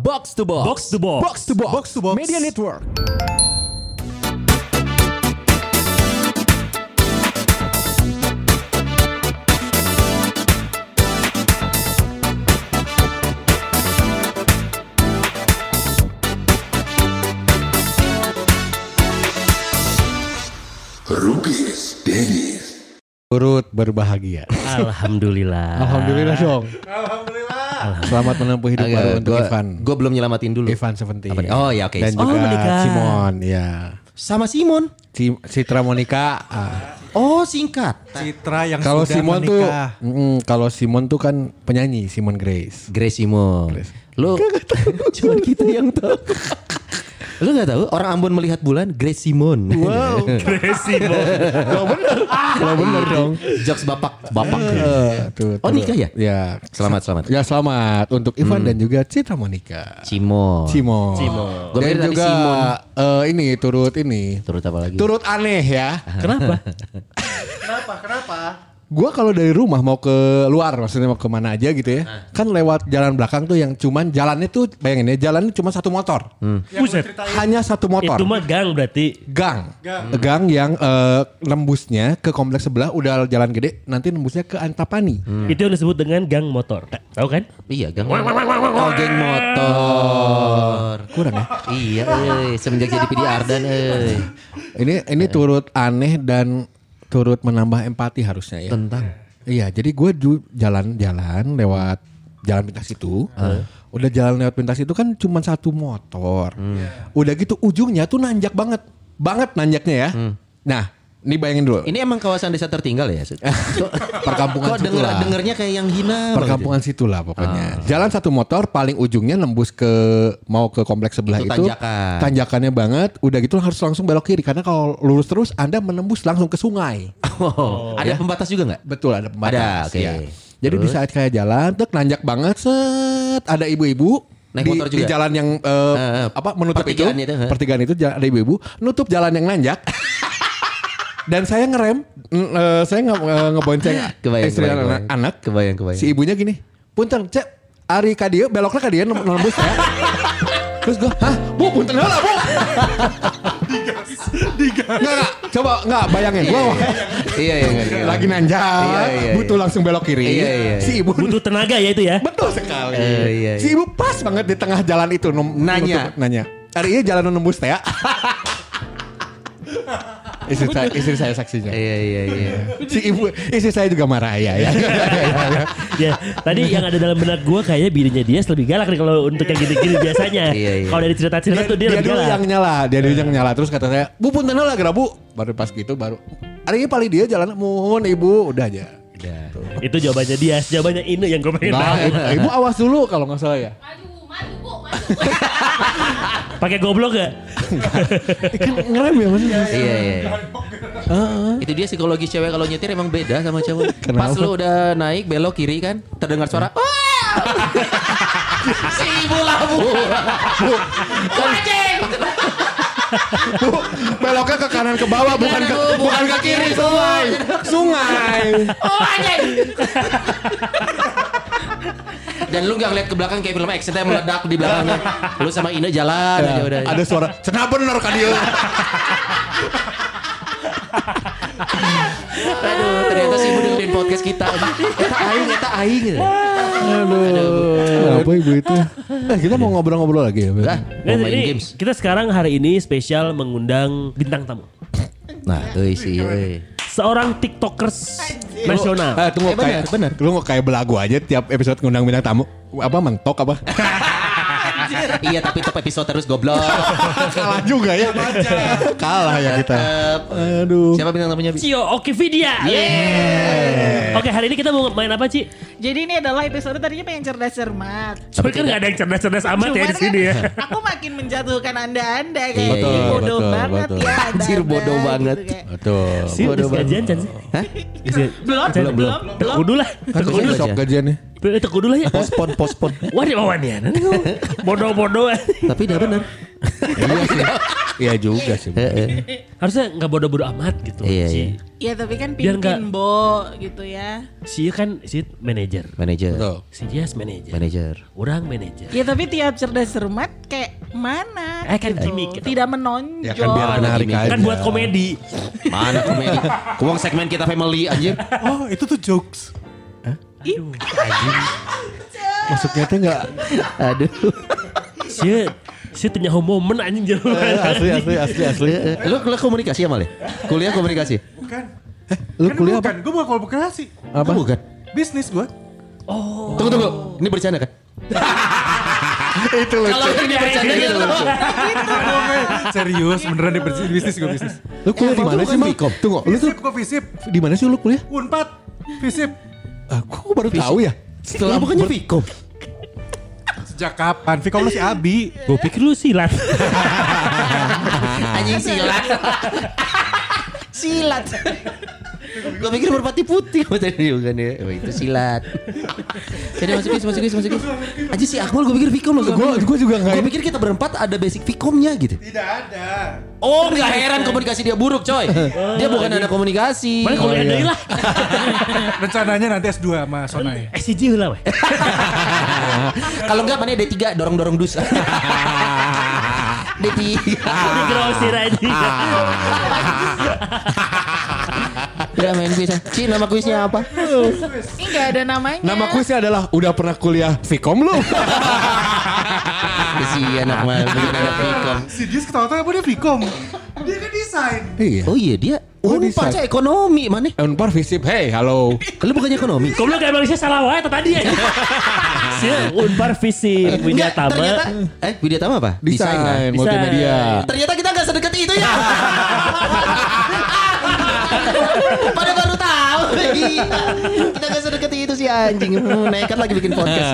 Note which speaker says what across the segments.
Speaker 1: Box to Box.
Speaker 2: Box to Box.
Speaker 1: Box to Box.
Speaker 3: Box to Box.
Speaker 1: Media Network.
Speaker 4: Rubis Dennis.
Speaker 3: Turut berbahagia.
Speaker 2: Alhamdulillah.
Speaker 3: Alhamdulillah dong. Selamat menempuh hidup baru untuk Ivan.
Speaker 1: Gue belum nyelamatin dulu.
Speaker 3: Ivan Seventeen.
Speaker 1: Oh ya oke.
Speaker 3: Dan
Speaker 1: Oh,
Speaker 3: juga
Speaker 2: menikah.
Speaker 3: Simon. Ya.
Speaker 1: Sama Simon.
Speaker 3: Citra Monica.
Speaker 1: Oh singkat.
Speaker 5: Citra yang
Speaker 3: Kalau
Speaker 5: sudah
Speaker 3: Simon tuh,
Speaker 5: menikah.
Speaker 3: kalau Simon tuh kan penyanyi Simon Grace.
Speaker 1: Grace Simon. Lu cuman kita yang tahu. Lu gak tahu orang Ambon melihat bulan Grace Simon.
Speaker 3: Wow.
Speaker 2: Grace Simon.
Speaker 3: Kalau bener dong.
Speaker 1: Jokes bapak.
Speaker 3: Tuh.
Speaker 1: Nikah ya?
Speaker 3: Ya.
Speaker 1: Selamat.
Speaker 3: Ya selamat untuk Ivan dan juga Citra Monica.
Speaker 1: Simon.
Speaker 3: Gue
Speaker 1: Gua pikir
Speaker 3: dan
Speaker 1: tadi
Speaker 3: juga
Speaker 1: Simon.
Speaker 3: Turut
Speaker 1: Turut apa lagi?
Speaker 3: Turut aneh ya.
Speaker 2: Kenapa?
Speaker 5: Kenapa?
Speaker 3: Gue kalau dari rumah mau ke luar, maksudnya mau kemana aja gitu ya, kan lewat jalan belakang tuh yang cuman jalannya tuh, bayangin ya, jalannya cuma satu motor,
Speaker 2: Buset.
Speaker 3: hanya satu motor,
Speaker 2: Itu mah gang berarti.
Speaker 3: gang yang nembusnya ke kompleks sebelah udah jalan gede, nanti nembusnya ke Antapani.
Speaker 2: Itu yang disebut dengan gang motor. Tahu kan?
Speaker 1: Iya, gang. Oh, geng motor.
Speaker 3: Kurang ya?
Speaker 1: Iya, semenjak jadi PD Ardan,
Speaker 3: Ini turut aneh dan turut menambah empati harusnya ya.
Speaker 1: Tentang.
Speaker 3: Iya, jadi gue jalan-jalan lewat jalan pintas itu. Udah jalan lewat pintas itu kan cuma satu motor. Udah gitu ujungnya tuh nanjak banget nanjaknya ya. Nah, ini bayangin dulu.
Speaker 1: Ini emang kawasan desa tertinggal ya?
Speaker 3: Perkampungan
Speaker 1: Kok
Speaker 3: situ lah.
Speaker 1: dengernya kayak yang hina.
Speaker 3: Perkampungan situ lah pokoknya. Jalan satu motor paling ujungnya nembus mau ke kompleks sebelah
Speaker 1: Itu
Speaker 3: itu.
Speaker 1: tanjakan.
Speaker 3: Tanjakannya banget. Udah gitu harus langsung belok kiri karena kalau lurus terus Anda menembus langsung ke sungai.
Speaker 1: Oh, ada pembatas juga nggak?
Speaker 3: Betul ada pembatas.
Speaker 1: Ada, oke.
Speaker 3: Ya. Jadi di
Speaker 1: Terus?
Speaker 3: saat kayak jalan, nanjak banget, ada ibu-ibu
Speaker 1: Naik motor
Speaker 3: di
Speaker 1: juga?
Speaker 3: jalan yang menutup
Speaker 1: pertigaan itu,
Speaker 3: pertigaan itu ada ibu-ibu nutup jalan yang nanjak. Dan saya ngerem, saya ngebonceng istri
Speaker 1: Kebayang.
Speaker 3: anak.
Speaker 1: Kebayang.
Speaker 3: Si ibunya gini, punten, cek, Ari kadia, beloknya kadia nembus ya. Terus gue, hah, bu, punten heula bu. Enggak, coba enggak bayangin gue.
Speaker 1: Iya.
Speaker 3: Lagi nanjak,
Speaker 1: Iya.
Speaker 3: butuh langsung belok kiri.
Speaker 1: Iya.
Speaker 3: Si ibu
Speaker 2: Butuh tenaga ya itu ya.
Speaker 3: betul sekali.
Speaker 1: Iya.
Speaker 3: Si ibu pas banget di tengah jalan itu
Speaker 1: Nanya.
Speaker 3: Ari ini jalan nembus teh ya. Istri saya saksinya.
Speaker 1: Iya.
Speaker 3: Si ibu, istri saya juga marah ya.
Speaker 2: Ya, tadi yang ada dalam benak gue kayaknya bininya dia lebih galak nih kalau untuk yang gini-gini biasanya.
Speaker 1: Iya.
Speaker 2: Kalau dari cerita-cerita tuh dia lebih
Speaker 3: dulu
Speaker 2: galak.
Speaker 3: yang nyala, dia dulu yang nyala. Terus kata saya, bu punten lah gara bu. Baru pas gitu Ari ini paling dia jalan mohon ibu udah aja.
Speaker 2: Itu jawabannya dia, jawabannya ini yang gue pengen
Speaker 3: Nah,
Speaker 2: tahu.
Speaker 3: ibu awas dulu kalau nggak salah ya.
Speaker 6: Maju bu.
Speaker 2: Pakai goblok gak?
Speaker 3: Kan ngerem ya maksudnya.
Speaker 1: Iya. Itu dia psikologi cewek kalau nyetir emang beda sama cowok.
Speaker 3: Kenapa?
Speaker 1: Pas lu udah naik belok kiri kan, terdengar suara. Wah! Si ibu lah bu. Anjing.
Speaker 3: Bu, beloknya ke kanan ke bawah bukan ke kiri sungai.
Speaker 1: Oh anjing. Dan lu gak ngeliat ke belakang kayak film action meledak di belakangnya. Lu sama Ine jalan aja udah.
Speaker 3: Ada suara cenah bener kan dia.
Speaker 1: Aduh, ternyata si ibu dengerin podcast kita. Eta aing.
Speaker 3: Aduh. Apa ibu itu? Kita mau ngobrol-ngobrol lagi ya.
Speaker 1: Lah, mau main
Speaker 2: Ini
Speaker 1: games.
Speaker 2: kita sekarang hari ini spesial mengundang bintang tamu.
Speaker 1: Nah, euy.
Speaker 2: Seorang TikTokers nasional.
Speaker 3: Tunggu kayak
Speaker 1: bener.
Speaker 3: Lu nggak kayak belagu aja tiap episode ngundang bintang tamu. Apa mentok apa?
Speaker 1: Iya, tapi top episode terus goblok.
Speaker 3: Kalah juga ya. Kalah ya kita. Aduh.
Speaker 1: Siapa bintang tamunya?
Speaker 2: Cio Oke Vidya. Oke, hari ini kita mau main apa, Ci?
Speaker 6: Jadi ini adalah episode tadinya pengen cerdas cermat.
Speaker 2: Tapi kan gak ada yang cerdas-cerdas amat ya di sini ya.
Speaker 6: Aku makin menjatuhkan anda kayak
Speaker 1: Iya,
Speaker 6: ini
Speaker 1: iya.
Speaker 6: bodoh
Speaker 3: Betul,
Speaker 6: banget
Speaker 3: betul.
Speaker 6: ya.
Speaker 1: Anjir, bodoh banget.
Speaker 6: Gitu, kayak.
Speaker 3: Betul.
Speaker 2: Sih, udah gajian Chan sih.
Speaker 1: Hah?
Speaker 6: Belum.
Speaker 2: Tekudu lah.
Speaker 3: Kan
Speaker 1: Tekudu
Speaker 3: besok
Speaker 1: aja.
Speaker 3: gajiannya.
Speaker 2: Tekudu lah ya.
Speaker 1: Pospon.
Speaker 2: Wah, di bawah nih. Bodoh-bodoh.
Speaker 1: Tapi udah bener.
Speaker 3: Iya sih. Iya juga sih.
Speaker 2: Harusnya nggak bodoh-bodoh amat gitu.
Speaker 1: Iya,
Speaker 2: si,
Speaker 1: iya.
Speaker 6: Ya tapi kan
Speaker 2: Biar
Speaker 6: pimpin Bo gitu ya.
Speaker 2: si kan si manajer.
Speaker 3: Betul.
Speaker 2: Si dia manajer.
Speaker 1: Manajer.
Speaker 2: Orang manajer.
Speaker 6: Ya tapi tiap cerdas cermat kayak mana
Speaker 2: Kan
Speaker 6: gitu.
Speaker 2: gimmick gitu.
Speaker 6: Tidak menonjol.
Speaker 3: Ya kan biar menarik
Speaker 1: gini.
Speaker 3: aja.
Speaker 2: Kan buat komedi.
Speaker 1: Mana komedi? Kuang segmen kita family anjir.
Speaker 5: Oh itu tuh jokes.
Speaker 2: Aduh, anjing.
Speaker 3: Masuknya tuh enggak
Speaker 1: Aduh.
Speaker 2: Si tanya momen anjing jauh.
Speaker 3: asli.
Speaker 1: Lu komunikasi ya Mal ya? Kuliah komunikasi?
Speaker 5: Bukan.
Speaker 3: Lu
Speaker 5: Kan
Speaker 3: kuliah
Speaker 5: bukan.
Speaker 3: apa?
Speaker 5: Gue mau komunikasi.
Speaker 1: Apa? Bukan.
Speaker 5: Bisnis gue.
Speaker 1: Tunggu. Ini bercanda kan?
Speaker 3: Itu
Speaker 1: Kalau ini bercanda gitu.
Speaker 5: Serius beneran di bisnis gue bisnis.
Speaker 3: Lu kuliah di mana sih, Mal? Tunggu, lu tuh
Speaker 5: Visip gue visip.
Speaker 3: di mana sih lu kuliah?
Speaker 5: Unpad. Visip.
Speaker 3: Aku baru tahu ya.
Speaker 1: Setelah bukannya Vicom.
Speaker 5: Sejak kapan? Vkom masih Abi.
Speaker 2: Gue pikir lu silat.
Speaker 1: Anjing silat. Silat. Gue pikir merpati putih tadi bukan ya. Oh, itu silat. Jadi masuk. Anjing si Akmal gue pikir Vicom loh.
Speaker 3: Gue juga enggak.
Speaker 1: Gue pikir kita berempat ada basic Vicomnya gitu.
Speaker 5: Tidak ada.
Speaker 1: Oh nggak heran komunikasi dia buruk coy. Dia bukan anak komunikasi.
Speaker 2: Mana kuliah deui lah.
Speaker 5: Rencananya nanti S2 sama Sonai.
Speaker 2: SCJ lah weh.
Speaker 1: Kalau enggak mana D3 dorong dus. D3.
Speaker 2: Udah grosir anjing.
Speaker 1: Ya main kuis. Ci nama kuisnya apa?
Speaker 6: Ini gak ada namanya.
Speaker 3: Nama kuisnya adalah udah pernah kuliah Vkom lu?
Speaker 1: Kesian Akmal bikin anak Vicom.
Speaker 5: Si Dias ketawa-tawa apa dia Vkom? Dia kan desain.
Speaker 3: Iya.
Speaker 1: Oh iya dia
Speaker 3: Oh,
Speaker 1: Unpad
Speaker 3: desain.
Speaker 1: ekonomi mana?
Speaker 3: Unpar Visip. Hey, halo.
Speaker 1: Lu bukannya ekonomi?
Speaker 2: Goblok kayak Malaysia salah wae tadi ya. Si Unpar Visi Widya
Speaker 1: Enggak, ternyata
Speaker 2: Tama.
Speaker 1: Widya Tama apa?
Speaker 3: Desain
Speaker 1: kan?
Speaker 3: multimedia.
Speaker 1: Ternyata kita gak sedekat itu ya. Pada baru tahu. Kita gak sedekat itu si anjing. Nekat lagi bikin podcast.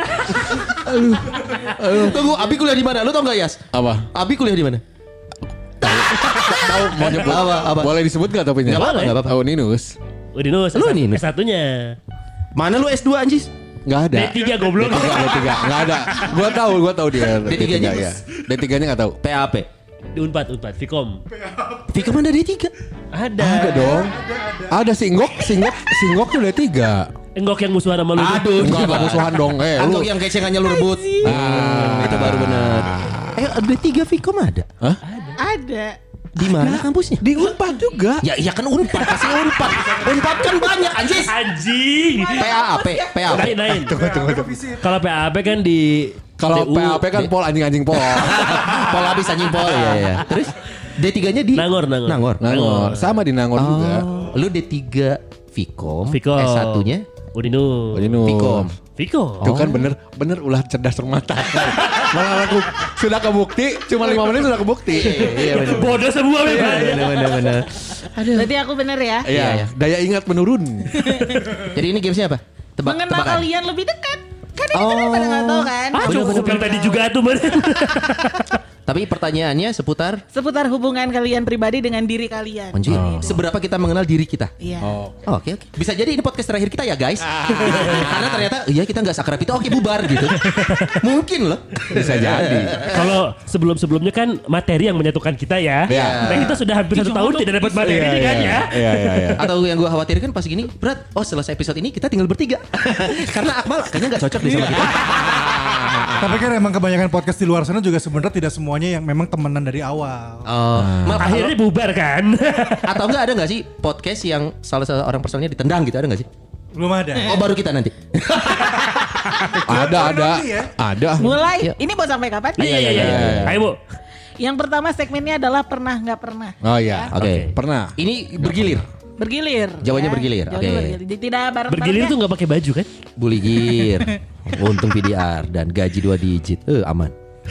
Speaker 1: Tunggu, Abi kuliah di mana? Lu tau gak Yas?
Speaker 3: Apa?
Speaker 1: Abi kuliah di mana?
Speaker 3: Tahu mau nyebut?
Speaker 1: Apa?
Speaker 3: Boleh disebut gak topiknya?
Speaker 1: Gak apa-apa, gak apa-apa.
Speaker 3: Oh, Ninus.
Speaker 2: Udinus.
Speaker 1: Lu Ninus?
Speaker 2: S1-nya.
Speaker 1: Mana lu S2 anjis?
Speaker 3: Gak ada.
Speaker 2: D3 goblok.
Speaker 3: D3. Gak ada. Gua tahu dia.
Speaker 1: D3-nya?
Speaker 3: ya. D3-nya gak tahu.
Speaker 1: PAP.
Speaker 2: Di Unpad, Vkom.
Speaker 1: Vicom ada D3.
Speaker 2: Ada.
Speaker 3: Ada dong. Ada Singgok tuh D3.
Speaker 2: Enggok yang musuhan sama lu.
Speaker 1: Aduh,
Speaker 3: Enggak musuhan dong. Lu.
Speaker 1: Anggok yang kecengannya lu rebut. Itu baru bener. D3 Vicom ada?
Speaker 3: Hah?
Speaker 6: Ada.
Speaker 1: Di mana kampusnya?
Speaker 3: Di Unpad juga.
Speaker 1: Ya iya kan Unpad, pasti Unpad. Unpad kan banyak anjis.
Speaker 2: Anjing.
Speaker 1: PAP.
Speaker 2: Nain.
Speaker 3: Tunggu.
Speaker 2: Kalau PAP kan di
Speaker 3: Kalau
Speaker 2: DU.
Speaker 3: PAP kan pol anjing pol.
Speaker 1: Pol habis anjing pol. Iya. Terus D3-nya di
Speaker 2: Nangor.
Speaker 3: Nangor. Sama di Nangor juga.
Speaker 1: Lu D3 Vicom.
Speaker 2: Vkom.
Speaker 1: S1-nya
Speaker 2: Udinus.
Speaker 1: Vicom.
Speaker 2: Vkom.
Speaker 3: Itu kan bener ulah cerdas cermata. Malah aku sudah kebukti, cuma 5 menit sudah kebukti.
Speaker 1: Iya benar.
Speaker 2: Bodoh semua memang.
Speaker 1: Benar.
Speaker 6: Berarti aku bener ya.
Speaker 1: Iya.
Speaker 3: Daya ingat menurun.
Speaker 1: Jadi ini gamesnya apa?
Speaker 6: Mengenal
Speaker 1: tebakan.
Speaker 6: kalian lebih dekat. Kan ini kan pada gak tahu kan.
Speaker 2: Ah, cukup yang tadi juga tuh man.
Speaker 1: Tapi pertanyaannya seputar
Speaker 6: Seputar hubungan kalian pribadi dengan diri kalian.
Speaker 1: Anjir, seberapa kita mengenal diri kita?
Speaker 6: Iya.
Speaker 1: Oke. Bisa jadi ini podcast terakhir kita ya guys. Karena ternyata iya kita nggak sakrap itu. Oke bubar gitu. Mungkin loh.
Speaker 3: Bisa jadi.
Speaker 2: Kalau sebelum-sebelumnya kan materi yang menyatukan kita ya.
Speaker 3: Iya.
Speaker 2: Nah kita sudah hampir 1 tahun tidak dapat materi ini kan ya.
Speaker 3: Iya.
Speaker 1: Atau yang gue khawatirkan pas gini berat. Oh selesai episode ini kita tinggal bertiga. Karena Akmal kayaknya nggak cocok deh sama kita.
Speaker 5: Tapi kan emang kebanyakan podcast di luar sana juga sebenarnya tidak semuanya yang memang temenan dari awal.
Speaker 1: Oh, Mal,
Speaker 2: Akhirnya bubar kan.
Speaker 1: atau enggak ada nggak sih podcast yang salah satu orang personalnya ditendang gitu ada nggak sih?
Speaker 5: Belum ada.
Speaker 1: Oh baru kita nanti.
Speaker 3: Ada.
Speaker 6: Mulai. Ini mau sampai kapan?
Speaker 2: Iya. Ayo Bu.
Speaker 6: Yang pertama segmennya adalah pernah nggak pernah.
Speaker 3: Oh iya.
Speaker 1: Oke.
Speaker 3: Pernah.
Speaker 1: Ini bergilir.
Speaker 6: Bergilir.
Speaker 1: Jawabannya bergilir,
Speaker 6: Jawabannya
Speaker 1: oke.
Speaker 6: bergilir. Jadi tidak bareng.
Speaker 2: Bergilir tuh gak pakai baju kan?
Speaker 1: Buligir. Untung PDR dan gaji 2 digit. Aman.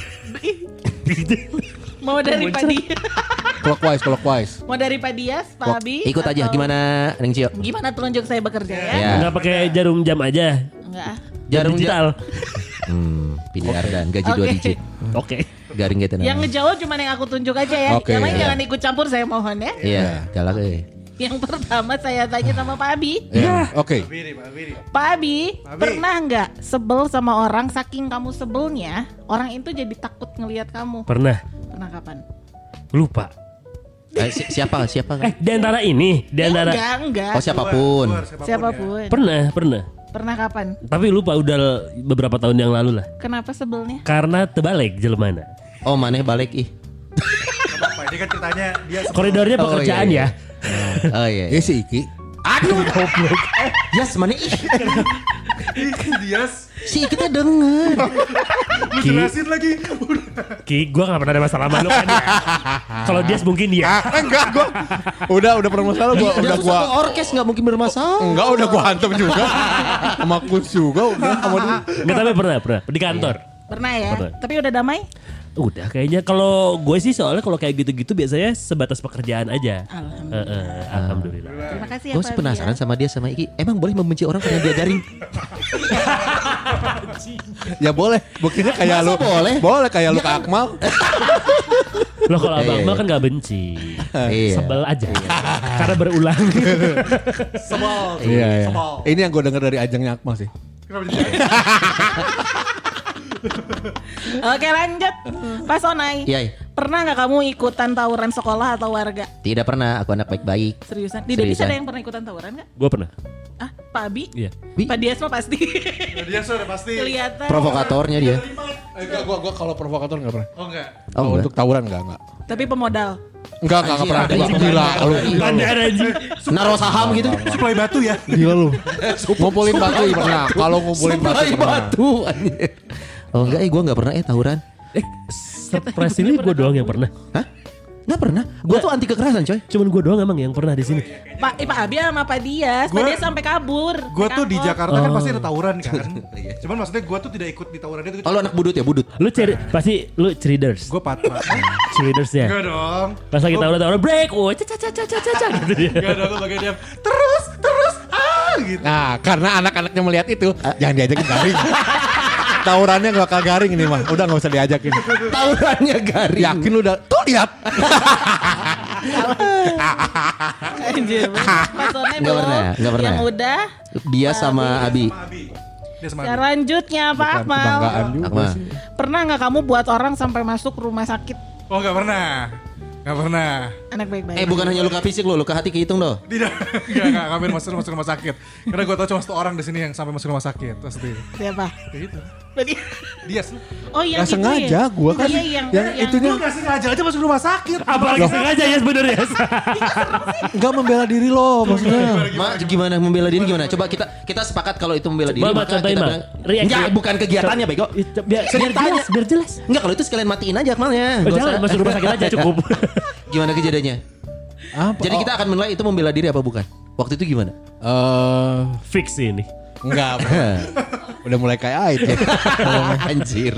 Speaker 6: Mau dari Pak Dias.
Speaker 3: Clockwise.
Speaker 6: Mau dari Pak Dias, Pak Abi.
Speaker 1: Ikut aja
Speaker 6: atau-
Speaker 1: gimana Neng Cio?
Speaker 6: Gimana telunjuk saya bekerja ya?
Speaker 1: Ya.
Speaker 2: Gak pakai jarum jam aja.
Speaker 6: Enggak.
Speaker 1: Jarum
Speaker 2: digital.
Speaker 1: PDR dan gaji 2
Speaker 6: Oke.
Speaker 1: digit.
Speaker 2: Oke.
Speaker 1: Garing gitu
Speaker 6: Yang ngejawab cuma yang aku tunjuk aja ya.
Speaker 3: Oke.
Speaker 6: Yang lain
Speaker 3: Iya.
Speaker 6: jangan ikut campur saya mohon ya.
Speaker 1: Iya, galak
Speaker 6: Yang pertama saya tanya sama Pak Abi.
Speaker 3: Ya. Oke.
Speaker 6: Pak Abi, pernah nggak sebel sama orang saking kamu sebelnya orang itu jadi takut ngelihat kamu?
Speaker 2: Pernah.
Speaker 6: Pernah kapan?
Speaker 2: Lupa.
Speaker 1: Siapa?
Speaker 2: Di antara ini, di antara
Speaker 6: Enggak.
Speaker 1: Oh siapapun.
Speaker 6: Siapapun.
Speaker 2: pernah.
Speaker 6: Pernah kapan?
Speaker 2: Tapi lupa udah beberapa tahun yang lalu lah.
Speaker 6: Kenapa sebelnya?
Speaker 2: Karena terbalik jelmana.
Speaker 1: Oh maneh balik ih.
Speaker 5: Apa ini kan ceritanya dia
Speaker 2: Koridornya
Speaker 1: Oh,
Speaker 2: pekerjaan
Speaker 1: iya,
Speaker 2: ya.
Speaker 1: Oh iya.
Speaker 3: Ya si Iki.
Speaker 1: Aduh goblok. Yes maneh ih.
Speaker 5: dia
Speaker 1: Si kita denger.
Speaker 5: lu jelasin lagi.
Speaker 2: Ki, gue gak pernah ada masalah sama lu kan ya. Kalau dia mungkin dia.
Speaker 3: Enggak gua. Udah pernah masalah gua. Udah gua.
Speaker 1: Satu orkes nggak mungkin bermasalah.
Speaker 3: Enggak udah gua hantem juga. Sama Kus juga udah sama dia.
Speaker 2: Nggak, tapi pernah di kantor.
Speaker 6: Pernah ya?
Speaker 2: Pernah.
Speaker 6: Tapi udah damai?
Speaker 2: Udah kayaknya kalau gue sih soalnya kalau kayak gitu-gitu biasanya sebatas pekerjaan aja. Alhamdulillah.
Speaker 6: Terima kasih ya
Speaker 1: Gue
Speaker 6: Pak Abi
Speaker 1: penasaran
Speaker 6: ya.
Speaker 1: sama dia sama Iki. Emang boleh membenci orang karena dia garing?
Speaker 3: Ya boleh. Buktinya kayak
Speaker 1: Masa
Speaker 3: lu.
Speaker 1: boleh?
Speaker 3: Boleh kayak lu ke Akmal.
Speaker 2: Loh kalau Abang
Speaker 1: Iya.
Speaker 2: Mal kan gak benci.
Speaker 1: Iya.
Speaker 2: Sebel aja. Karena berulang.
Speaker 3: Iya. Ini yang gue denger dari ajangnya Akmal sih.
Speaker 6: Oke lanjut. Pak Sonai.
Speaker 1: Iya.
Speaker 6: Pernah gak kamu ikutan tawuran sekolah atau warga?
Speaker 1: Tidak pernah. Aku anak baik-baik.
Speaker 6: Seriusan? Di Dedis
Speaker 1: Seriusan.
Speaker 6: ada yang pernah ikutan tawuran gak?
Speaker 2: Gue pernah.
Speaker 6: Ah, Pak Abi?
Speaker 2: Iya.
Speaker 6: Pak Dias mah pasti.
Speaker 5: Dia sudah pasti.
Speaker 6: Kelihatan.
Speaker 1: Provokatornya dia.
Speaker 3: Enggak gua kalau provokator enggak pernah.
Speaker 5: Oh enggak.
Speaker 1: Oh,
Speaker 3: Kalau
Speaker 1: enggak.
Speaker 3: untuk tawuran enggak.
Speaker 6: Tapi pemodal.
Speaker 3: Enggak pernah.
Speaker 1: ada
Speaker 3: Gua
Speaker 1: yang
Speaker 3: gila
Speaker 1: bandar.
Speaker 3: lu.
Speaker 2: Bandar aja.
Speaker 1: Naruh saham gitu.
Speaker 5: Suplai batu ya.
Speaker 3: Gila lu. Ngumpulin batu pernah. Kalau ngumpulin batu
Speaker 1: Suplai
Speaker 3: pernah.
Speaker 1: batu. Oh enggak, gue enggak pernah tawuran.
Speaker 2: Surprisingly gue doang yang pernah.
Speaker 1: Hah? Enggak pernah. Gue tuh anti kekerasan, coy.
Speaker 2: Cuman gue doang emang yang pernah di sini.
Speaker 6: Pak Abi sama Pak Dias. Pak
Speaker 5: Gua-
Speaker 6: Dias sampai kabur.
Speaker 5: Gue tuh di
Speaker 6: Kantor.
Speaker 5: Jakarta kan pasti ada tawuran kan. Cuman maksudnya gue tuh tidak ikut di tawuran itu.
Speaker 1: Oh lu anak budut ya, budut.
Speaker 2: Lu pasti lu cheerleaders.
Speaker 5: Gue patra.
Speaker 2: Cheerleaders ya.
Speaker 5: Enggak dong.
Speaker 2: Pas lagi tawuran break, oh caca gitu dia.
Speaker 5: Enggak dong, gue bagian diam. Terus gitu.
Speaker 3: Nah, karena anak-anaknya melihat itu, jangan diajakin garing. Tawurannya gak bakal garing ini mah. Udah gak usah diajakin.
Speaker 1: Tawurannya garing.
Speaker 3: Yakin lu udah. Tuh lihat.
Speaker 6: Anjir. Pak Sonai
Speaker 1: Nggak
Speaker 6: belum.
Speaker 1: pernah, nggak pernah.
Speaker 6: Yang udah.
Speaker 1: Dia sama Abi.
Speaker 5: Sama Abi. Dia sama Abi.
Speaker 6: Selanjutnya Pak
Speaker 3: Bukan
Speaker 6: Akmal.
Speaker 3: kebanggaan juga
Speaker 1: Akmal.
Speaker 3: sih.
Speaker 6: Pernah gak kamu buat orang sampai masuk rumah sakit?
Speaker 5: Oh enggak pernah. Enggak pernah.
Speaker 6: Anak baik-baik.
Speaker 1: Bukan hanya luka fisik lu, luka hati kehitung doh.
Speaker 5: Tidak. Enggak ngapain masuk rumah sakit. Karena gue tau cuma satu orang di sini yang sampai masuk rumah sakit. Pasti.
Speaker 6: Siapa?
Speaker 5: Kayak gitu.
Speaker 6: Berarti.
Speaker 5: Dia
Speaker 6: Oh yang
Speaker 3: Gak
Speaker 6: itu
Speaker 3: sengaja
Speaker 6: ya?
Speaker 3: gue kan.
Speaker 6: Iya yang
Speaker 3: itunya
Speaker 5: Lu gak sengaja aja masuk rumah sakit.
Speaker 2: Apalagi sengaja ya sebenarnya.
Speaker 3: gak membela diri lo maksudnya.
Speaker 1: Ma, gimana membela diri gimana? Coba kita sepakat kalau itu membela diri.
Speaker 2: Mama,
Speaker 1: maka
Speaker 2: contohin,
Speaker 1: kita
Speaker 2: Ma.
Speaker 1: bilang,
Speaker 2: Reaksi.
Speaker 1: enggak, bukan kegiatannya, Bego.
Speaker 2: Biar jelas.
Speaker 1: Enggak, kalau itu sekalian matiin aja Akmalnya. Nggak
Speaker 2: Jangan
Speaker 1: usah.
Speaker 2: masuk rumah sakit aja cukup.
Speaker 1: Gimana kejadiannya?
Speaker 3: Apa?
Speaker 1: Jadi kita akan menilai itu membela diri apa bukan? Waktu itu gimana?
Speaker 2: Fix ini.
Speaker 3: Enggak. Udah mulai kayak Ait ya.
Speaker 1: Anjir.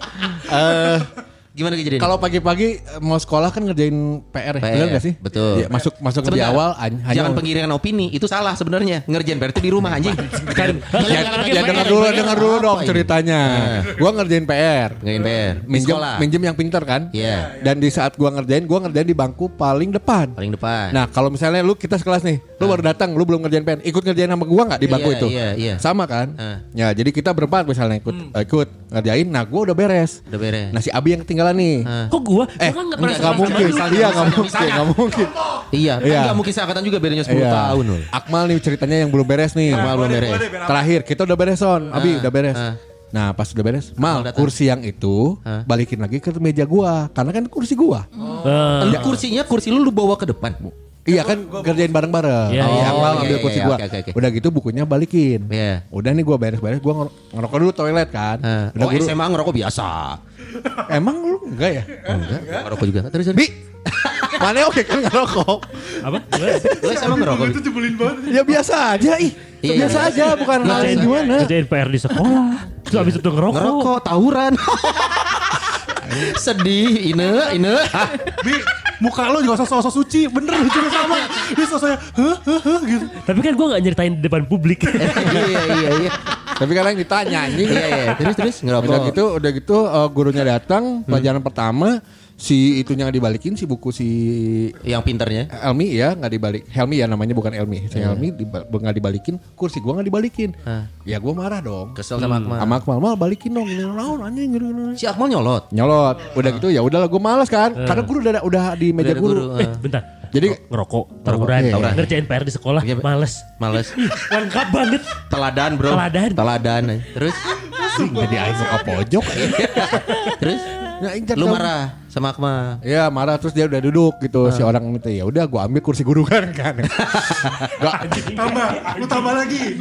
Speaker 1: Gimana kejadiannya?
Speaker 3: Kalau pagi-pagi mau sekolah kan ngerjain PR ya.
Speaker 1: PR,
Speaker 3: Benar gak sih?
Speaker 1: betul.
Speaker 3: Ya, masuk lebih
Speaker 1: Sebentar.
Speaker 3: awal
Speaker 1: Jangan penggiringan opini, itu salah sebenarnya. Ngerjain PR itu di rumah anjing.
Speaker 2: Kan
Speaker 3: Ya dengar dulu dong
Speaker 1: Apa ini?
Speaker 3: ceritanya. Gua ngerjain PR.
Speaker 1: Ngerjain PR. Di
Speaker 3: Minjem
Speaker 1: sekolah.
Speaker 3: minjem yang pinter kan?
Speaker 1: Iya.
Speaker 3: Dan di saat gua ngerjain di bangku paling depan.
Speaker 1: Paling depan.
Speaker 3: Nah kalau misalnya kita sekelas nih, lu baru datang, lu belum ngerjain PR, ikut ngerjain sama gua nggak di bangku
Speaker 1: Iya,
Speaker 3: itu?
Speaker 1: iya.
Speaker 3: Sama kan?
Speaker 1: Ah.
Speaker 3: Ya jadi kita berempat misalnya ikut ngerjain, nah gua udah beres.
Speaker 1: Udah beres.
Speaker 3: Nah si Abi yang ketinggalan nih.
Speaker 2: Kok gua kan nggak pernah
Speaker 3: Nggak mungkin,
Speaker 1: misalnya,
Speaker 3: iya nggak
Speaker 1: misalnya.
Speaker 3: mungkin.
Speaker 1: Iya, kan
Speaker 3: Iya.
Speaker 1: nggak mungkin seangkatan juga bedanya 10
Speaker 3: Iya.
Speaker 1: tahun loh.
Speaker 3: Akmal nih ceritanya yang belum beres nih.
Speaker 1: Akmal belum beres.
Speaker 3: Terakhir kita udah beres Son, Abi udah beres.
Speaker 1: ah.
Speaker 3: Nah pas udah beres, Mal
Speaker 1: datang.
Speaker 3: kursi yang itu balikin lagi ke meja gua, karena kan kursi gua.
Speaker 1: Lu kursi lu bawa ke depan.
Speaker 3: Iya kan kerjain bareng-bareng.
Speaker 2: Iya, iya.
Speaker 3: Akmal
Speaker 1: Oh,
Speaker 3: ngambil
Speaker 1: iya,
Speaker 3: kursi
Speaker 1: iya,
Speaker 3: gua.
Speaker 1: oke.
Speaker 3: Udah gitu bukunya balikin.
Speaker 1: Iya.
Speaker 3: Udah nih gua beres-beres, gua ngerokok dulu toilet kan. Udah
Speaker 1: Oh SMA ngerokok biasa.
Speaker 3: Emang lu enggak ya?
Speaker 1: Enggak, ngerokok juga. Terus.
Speaker 3: Bi, mana oke kan ngerokok?
Speaker 2: Apa?
Speaker 1: Lu SMA ngerokok.
Speaker 5: Itu jebelin banget.
Speaker 3: Ya biasa aja ih.
Speaker 1: Iya,
Speaker 3: Biasa
Speaker 1: iya.
Speaker 3: aja bukan hal yang gimana.
Speaker 2: Kerjain PR di sekolah. Terus habis itu ngerokok.
Speaker 1: Ngerokok, tawuran. Sedih, ine.
Speaker 5: Bi, muka lo juga sosok suci, bener juga sama. Dia sosoknya, gitu.
Speaker 2: Tapi kan gue gak nyeritain di depan publik.
Speaker 1: Iya.
Speaker 3: Tapi kan yang ditanya anjing.
Speaker 1: Iya. Terus
Speaker 3: Udah
Speaker 1: ngerokok.
Speaker 3: gitu gurunya datang pelajaran pertama si itunya nggak dibalikin, si buku si
Speaker 1: Yang pinternya.
Speaker 3: Helmi ya nggak dibalik. Helmi ya namanya bukan Helmi. Si Helmi nggak dibalikin, kursi gua nggak dibalikin. Ya gua marah dong.
Speaker 1: Kesel sama Akmal.
Speaker 3: Sama Akmal, mal balikin dong. Ini naon anjing gini.
Speaker 1: Si Akmal nyolot.
Speaker 3: Udah gitu ya udahlah gua malas kan. Karena guru udah di meja
Speaker 1: Udah ada
Speaker 3: guru.
Speaker 2: Bentar.
Speaker 3: Jadi
Speaker 2: Ngerokok, tawuran,
Speaker 3: Tawuran.
Speaker 2: ngerjain PR di sekolah,
Speaker 1: Iya,
Speaker 2: males. Lengkap banget.
Speaker 1: Teladan bro.
Speaker 2: Teladan.
Speaker 1: Terus
Speaker 3: jadi aing ke pojok.
Speaker 1: Terus
Speaker 3: Ya,
Speaker 1: lu marah sama Akmal.
Speaker 3: Ya marah terus dia udah duduk gitu si orang itu ya udah gua ambil kursi guru kan.
Speaker 5: Lu tambah lagi.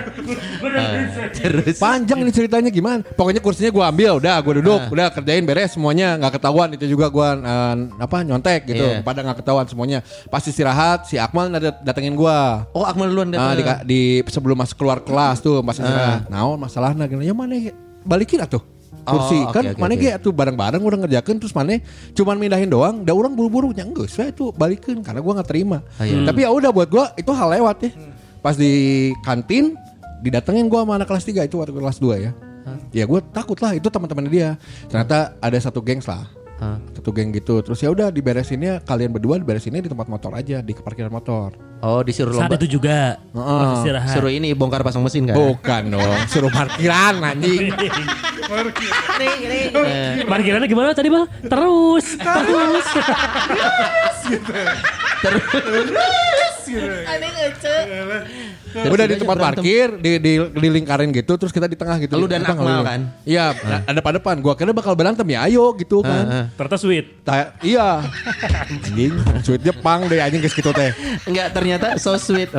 Speaker 1: Terus
Speaker 3: Panjang ini ceritanya gimana? Pokoknya kursinya gua ambil, udah gua duduk, udah kerjain beres semuanya, nggak ketahuan itu juga gua nyontek gitu,
Speaker 1: Iya.
Speaker 3: pada nggak ketahuan semuanya. Pas istirahat si Akmal datengin gua.
Speaker 1: oh Akmal duluan
Speaker 3: Di sebelum masuk keluar kelas tuh pas istirahat. Naon masalahnya gini, ya mana balikin atuh. Kursi
Speaker 1: Oh,
Speaker 3: kan
Speaker 1: oke.
Speaker 3: mana ge atuh bareng-bareng udah ngerjakeun terus mana cuman mindahin doang, da urang buru-buru nya geus we tuh balikeun karena gua nggak terima.
Speaker 1: Iya.
Speaker 3: Tapi ya udah buat gua itu hal lewat ya. Pas di kantin didatengin gua sama anak kelas 3 itu waktu kelas 2 ya. Ya gua takut lah itu teman-teman dia. Ternyata ada satu gengs lah. Satu geng gitu. Terus ya udah diberesinnya kalian berdua diberesinnya di tempat motor aja, di parkiran motor.
Speaker 1: Oh disuruh
Speaker 2: Saat
Speaker 1: lomba.
Speaker 2: itu juga. Pas istirahat.
Speaker 1: Suruh ini bongkar pasang mesin kan?
Speaker 3: Bukan dong, suruh parkiran anjing.
Speaker 2: Parkirannya gimana tadi Bang? Terus.
Speaker 6: Aneh ece.
Speaker 3: Udah di tempat parkir, di lingkarin gitu, terus kita di tengah gitu.
Speaker 1: Lu dan
Speaker 3: Kita
Speaker 1: Akmal
Speaker 3: ngeliling.
Speaker 1: kan?
Speaker 3: Iya, ada pada depan. Gua kira bakal berantem ya, ayo gitu kan.
Speaker 2: Ternyata sweet.
Speaker 3: Iya. Anjing, sweet Jepang deh anjing geus kitu teh.
Speaker 1: Enggak ternyata so sweet.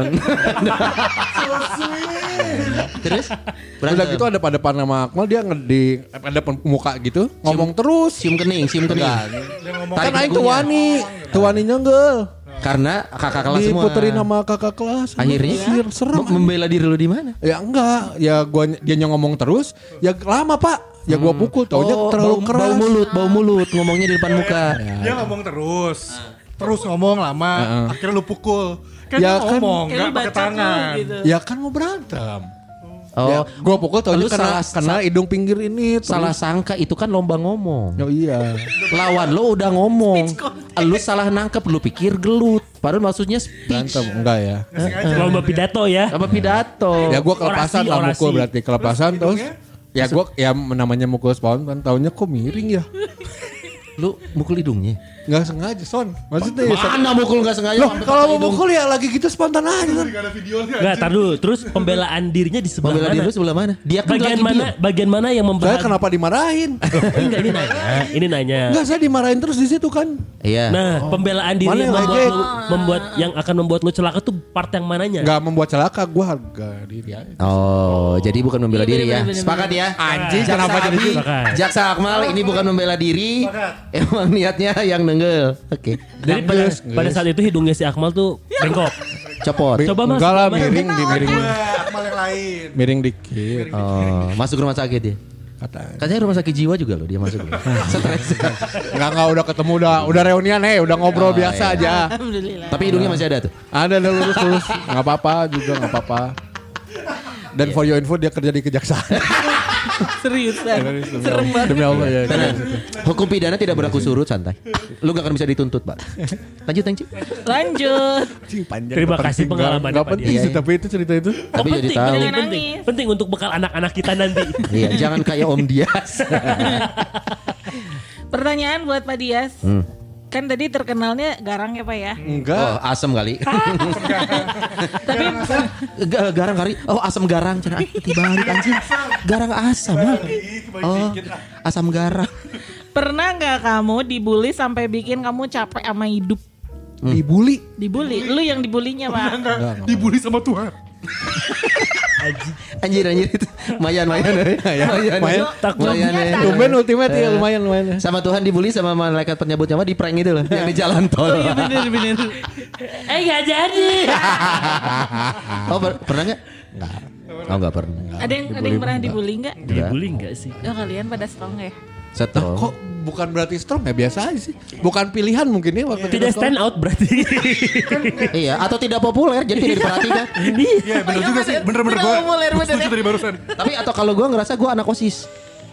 Speaker 1: Terus
Speaker 3: Udah gitu ada pada depan sama Akmal dia di ada muka gitu, ngomong terus.
Speaker 1: cium kening.
Speaker 3: Kan aing
Speaker 1: dagunya.
Speaker 3: tuani nyenggel.
Speaker 1: Karena kakak kelas semua.
Speaker 3: Diputerin sama kakak kelas.
Speaker 1: Akhirnya
Speaker 3: serem.
Speaker 1: membela diri lu di mana?
Speaker 3: Ya enggak, ya dia ngomong terus, ya lama Pak. Ya gua pukul, taunya terlalu keras.
Speaker 1: Bau mulut ngomongnya di depan muka.
Speaker 5: Dia ngomong terus. Terus ngomong lama, akhirnya lu pukul. Kan
Speaker 3: Ya
Speaker 5: dia
Speaker 3: kan.
Speaker 5: ngomong,
Speaker 6: Kayak
Speaker 5: gak
Speaker 6: lu
Speaker 5: pakai
Speaker 6: bacot
Speaker 5: tangan.
Speaker 6: lu gitu.
Speaker 3: Ya kan mau berantem.
Speaker 1: Oh,
Speaker 3: Ya, gua pukul taunya
Speaker 1: lu
Speaker 3: kena hidung pinggir ini.
Speaker 1: salah sangka itu kan lomba ngomong.
Speaker 3: Oh iya.
Speaker 1: Lawan lo udah ngomong. Lu salah nangkep, lu pikir gelut. Padahal maksudnya speech.
Speaker 3: Berantem enggak ya.
Speaker 2: Lomba pidato ya.
Speaker 1: Apa pidato?
Speaker 3: Ya gua kelepasan
Speaker 2: Orasi,
Speaker 3: lah
Speaker 2: orasi.
Speaker 3: mukul berarti kelepasan terus. Ya gua ya namanya mukul spontan taunya kok miring ya.
Speaker 1: Lu mukul hidungnya.
Speaker 3: Enggak sengaja son. Maksudnya ya,
Speaker 1: Mana mukul gak sengaja?
Speaker 3: loh
Speaker 1: sampai
Speaker 3: kalau
Speaker 1: patah
Speaker 3: mau
Speaker 1: hidung?
Speaker 3: mukul ya lagi gitu spontan aja kan.
Speaker 5: Gak ada videonya.
Speaker 2: Enggak, tar dulu. Terus pembelaan dirinya di sebelah
Speaker 1: Membela
Speaker 2: mana?
Speaker 1: diri lu sebelah mana? Dia kan
Speaker 2: Bagian
Speaker 1: lagi
Speaker 2: mana?
Speaker 1: diam.
Speaker 2: Bagian mana yang
Speaker 3: Saya
Speaker 2: membahas?
Speaker 3: kenapa dimarahin?
Speaker 2: Enggak, ini nanya.
Speaker 3: Enggak, saya dimarahin terus di situ kan.
Speaker 1: Iya.
Speaker 2: Nah, pembelaan diri
Speaker 3: Mana
Speaker 2: yang
Speaker 3: yang
Speaker 2: membuat
Speaker 3: lecet?
Speaker 2: yang akan membuat lu celaka tuh part yang mananya?
Speaker 3: Enggak membuat celaka, gua harga diri aja.
Speaker 1: Oh, jadi bukan membela
Speaker 6: Iya,
Speaker 1: diri ya.
Speaker 6: bener-bener.
Speaker 1: Sepakat ya?
Speaker 3: Anjing,
Speaker 1: Jaksa
Speaker 3: kenapa jadi
Speaker 1: Abi,
Speaker 3: gitu?
Speaker 2: Sepakat.
Speaker 1: Jaksa Akmal ini bukan membela diri. Emang niatnya yang nenggel. Oke.
Speaker 2: Jadi pada saat itu hidungnya si Akmal tuh bengkok.
Speaker 1: Copot.
Speaker 2: Coba Mas.
Speaker 3: Enggak lah,
Speaker 2: coba, Mas.
Speaker 3: miring di miring.
Speaker 5: Akmal yang lain.
Speaker 3: Miring dikit
Speaker 1: Oh, masuk rumah sakit ya?
Speaker 3: katanya.
Speaker 1: Katanya rumah sakit jiwa juga loh dia masuk. Stres.
Speaker 3: Enggak udah ketemu udah reunian udah ngobrol biasa aja.
Speaker 6: Alhamdulillah.
Speaker 1: Tapi hidungnya masih ada tuh.
Speaker 3: Ada lurus. Enggak apa-apa juga enggak apa-apa. Dan for your info dia kerja di kejaksaan.
Speaker 6: Seriusan. Serem banget.
Speaker 3: Demi Allah ya.
Speaker 1: Karena hukum pidana tidak berlaku surut, santai. Lu gak akan bisa dituntut, Pak. Lanjut, Tengci.
Speaker 6: Lanjut.
Speaker 2: Terima kasih pengalamannya,
Speaker 3: Enggak
Speaker 2: Pak
Speaker 3: penting
Speaker 1: Dia.
Speaker 3: sih tapi itu cerita itu.
Speaker 1: Tapi jadi
Speaker 2: penting,
Speaker 1: tahu.
Speaker 2: penting,
Speaker 6: Jangan
Speaker 2: penting,
Speaker 6: nangis.
Speaker 2: penting untuk bekal anak-anak kita nanti.
Speaker 1: Iya, jangan kayak Om Dias.
Speaker 6: Pertanyaan buat Pak Dias. Kan tadi terkenalnya garang ya Pak ya.
Speaker 3: Enggak.
Speaker 1: Oh, asam kali.
Speaker 6: Tapi
Speaker 1: Garang kali. Oh, asam garang. Cina dibalik anjing. Garang asam. Oh, asam garang.
Speaker 6: pernah nggak kamu dibully sampai bikin kamu capek sama hidup?
Speaker 3: Dibully.
Speaker 6: Dibully? Lu yang dibulinya Pak.
Speaker 5: Dibully sama Tuhan.
Speaker 1: Anjir itu. Mayan.
Speaker 3: Mayan. Tumben ultimate ya lumayan.
Speaker 1: Sama Tuhan dibully sama malaikat penyambut nyawa di prank itu loh. Yang di jalan tol.
Speaker 6: Iya bener.
Speaker 2: Gak jadi.
Speaker 1: Oh, pernah nggak? Nggak. Oh, nggak pernah.
Speaker 6: Ada yang pernah dibully nggak?
Speaker 2: Dibully enggak sih?
Speaker 6: Oh kalian pada strong ya?
Speaker 1: Setel.
Speaker 3: Kok bukan berarti strong ya biasa aja sih. Bukan pilihan mungkin ya waktu
Speaker 2: Tidak
Speaker 3: kita
Speaker 2: stand out berarti.
Speaker 1: Iya, atau tidak populer jadi tidak diperhatikan.
Speaker 5: Iya bener juga sih. Bener-bener gue.
Speaker 6: Bener,
Speaker 5: Setuju tadi barusan.
Speaker 1: Tapi atau kalau gue ngerasa gue anak OSIS.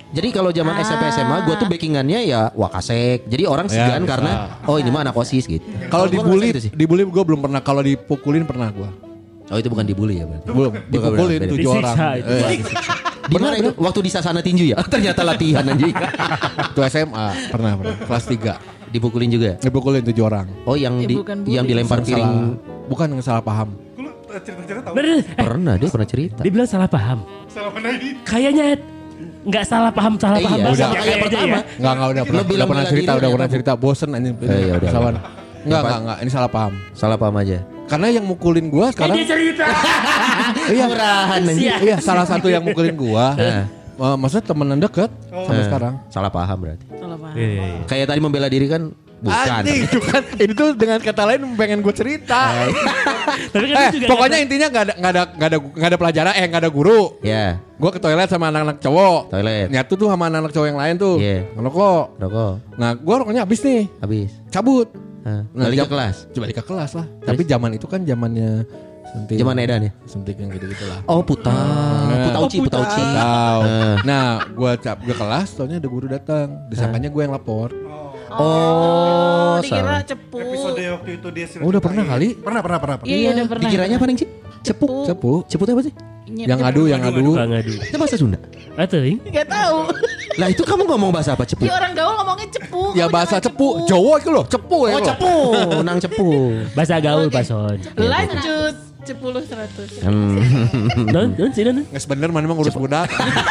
Speaker 1: Jadi kalau zaman SMP SMA gue tuh backingannya ya Wakasek. Jadi orang segan
Speaker 3: bisa.
Speaker 1: karena oh ini mah anak OSIS gitu.
Speaker 3: Kalau
Speaker 1: gua ngerasain itu sih.
Speaker 3: dibully gue belum pernah. Kalau dipukulin pernah gue.
Speaker 1: Oh itu bukan dibully ya berarti.
Speaker 3: Belum. Dipukulin
Speaker 1: beda.
Speaker 3: 7 orang.
Speaker 2: Disiksa itu.
Speaker 1: Di mana itu? Waktu di Sasana Tinju ya? Ternyata latihan anjing.
Speaker 3: Itu SMA pernah. Kelas 3.
Speaker 1: Dipukulin juga.
Speaker 3: Dipukulin 7 orang.
Speaker 1: Oh yang
Speaker 6: bukan bully.
Speaker 1: yang dilempar piring.
Speaker 3: Bukan yang salah paham.
Speaker 5: Lu cerita-cerita tahu?
Speaker 2: Bener.
Speaker 1: Pernah dia pernah cerita.
Speaker 2: Dia bilang salah paham.
Speaker 5: Salah mana ini?
Speaker 2: Kayaknya nggak salah paham
Speaker 1: Iya,
Speaker 2: banget.
Speaker 1: udah.
Speaker 2: Ya, kayak aja ya.
Speaker 3: Enggak udah
Speaker 1: Lo
Speaker 3: pernah
Speaker 1: bilang
Speaker 3: pernah
Speaker 1: bela
Speaker 3: cerita,
Speaker 1: diri
Speaker 3: udah pernah
Speaker 1: apa?
Speaker 3: cerita. Bosen anjing.
Speaker 1: Iya, udah.
Speaker 3: Sawan. Enggak, ini salah paham.
Speaker 1: Salah paham aja.
Speaker 3: Karena yang mukulin gua sekarang
Speaker 2: Dia cerita.
Speaker 3: iya,
Speaker 1: Murahan anjing.
Speaker 3: iya salah satu yang mukulin gua.
Speaker 1: Nah.
Speaker 3: Maksudnya temenan deket sampai sekarang.
Speaker 1: Salah paham berarti.
Speaker 6: Salah paham.
Speaker 2: Iya.
Speaker 1: Kayak tadi membela diri kan bukan.
Speaker 3: Anjing, itu kan ini tuh dengan kata lain pengen gue cerita.
Speaker 2: Tapi kan itu juga
Speaker 3: Pokoknya intinya nggak ada pelajaran, nggak ada guru.
Speaker 1: Ya,
Speaker 3: Gue ke toilet sama anak-anak cowok.
Speaker 1: toilet.
Speaker 3: Nyatu tuh sama anak-anak cowok yang lain tuh.
Speaker 1: Iya.
Speaker 3: Ngerokok.
Speaker 1: Rokok.
Speaker 3: Nah, gue rokoknya habis nih.
Speaker 1: Habis.
Speaker 3: Cabut.
Speaker 1: Balik ke kelas.
Speaker 3: Coba ke kelas lah. Tapi zaman itu kan zamannya sentik.
Speaker 1: Zaman edan ya?
Speaker 3: Sentik yang gitu-gitu lah.
Speaker 1: Oh, Putauci.
Speaker 3: Tahu. Nah, gue kelas, taunya ada guru datang. Disangkanya gue yang lapor.
Speaker 1: Oh,
Speaker 6: Dikira
Speaker 1: salah.
Speaker 6: cepu.
Speaker 5: Episode waktu itu dia cerita.
Speaker 3: Udah pernah kali?
Speaker 5: Pernah.
Speaker 6: Iya udah pernah.
Speaker 1: Dikiranya apa nih, Cip? Cepu.
Speaker 3: Cepu.
Speaker 1: Cepu itu apa sih?
Speaker 3: Yang adu.
Speaker 2: Tukang ngadu.
Speaker 1: Itu bahasa Sunda.
Speaker 2: Atau ing?
Speaker 6: Gak tahu.
Speaker 1: Lah itu kamu ngomong bahasa apa, cepu?
Speaker 6: Ya orang gaul ngomongnya cepu.
Speaker 3: Ya
Speaker 6: Kamu
Speaker 3: bahasa
Speaker 6: jangan
Speaker 3: cepu. Jawa itu loh, cepu ya.
Speaker 1: Oh,
Speaker 3: loh.
Speaker 1: cepu. Nang cepu.
Speaker 2: Bahasa gaul pason.
Speaker 6: Lanjut. 10-100.
Speaker 2: Non sih non.
Speaker 3: Nggak bener mana mah ngurus budak.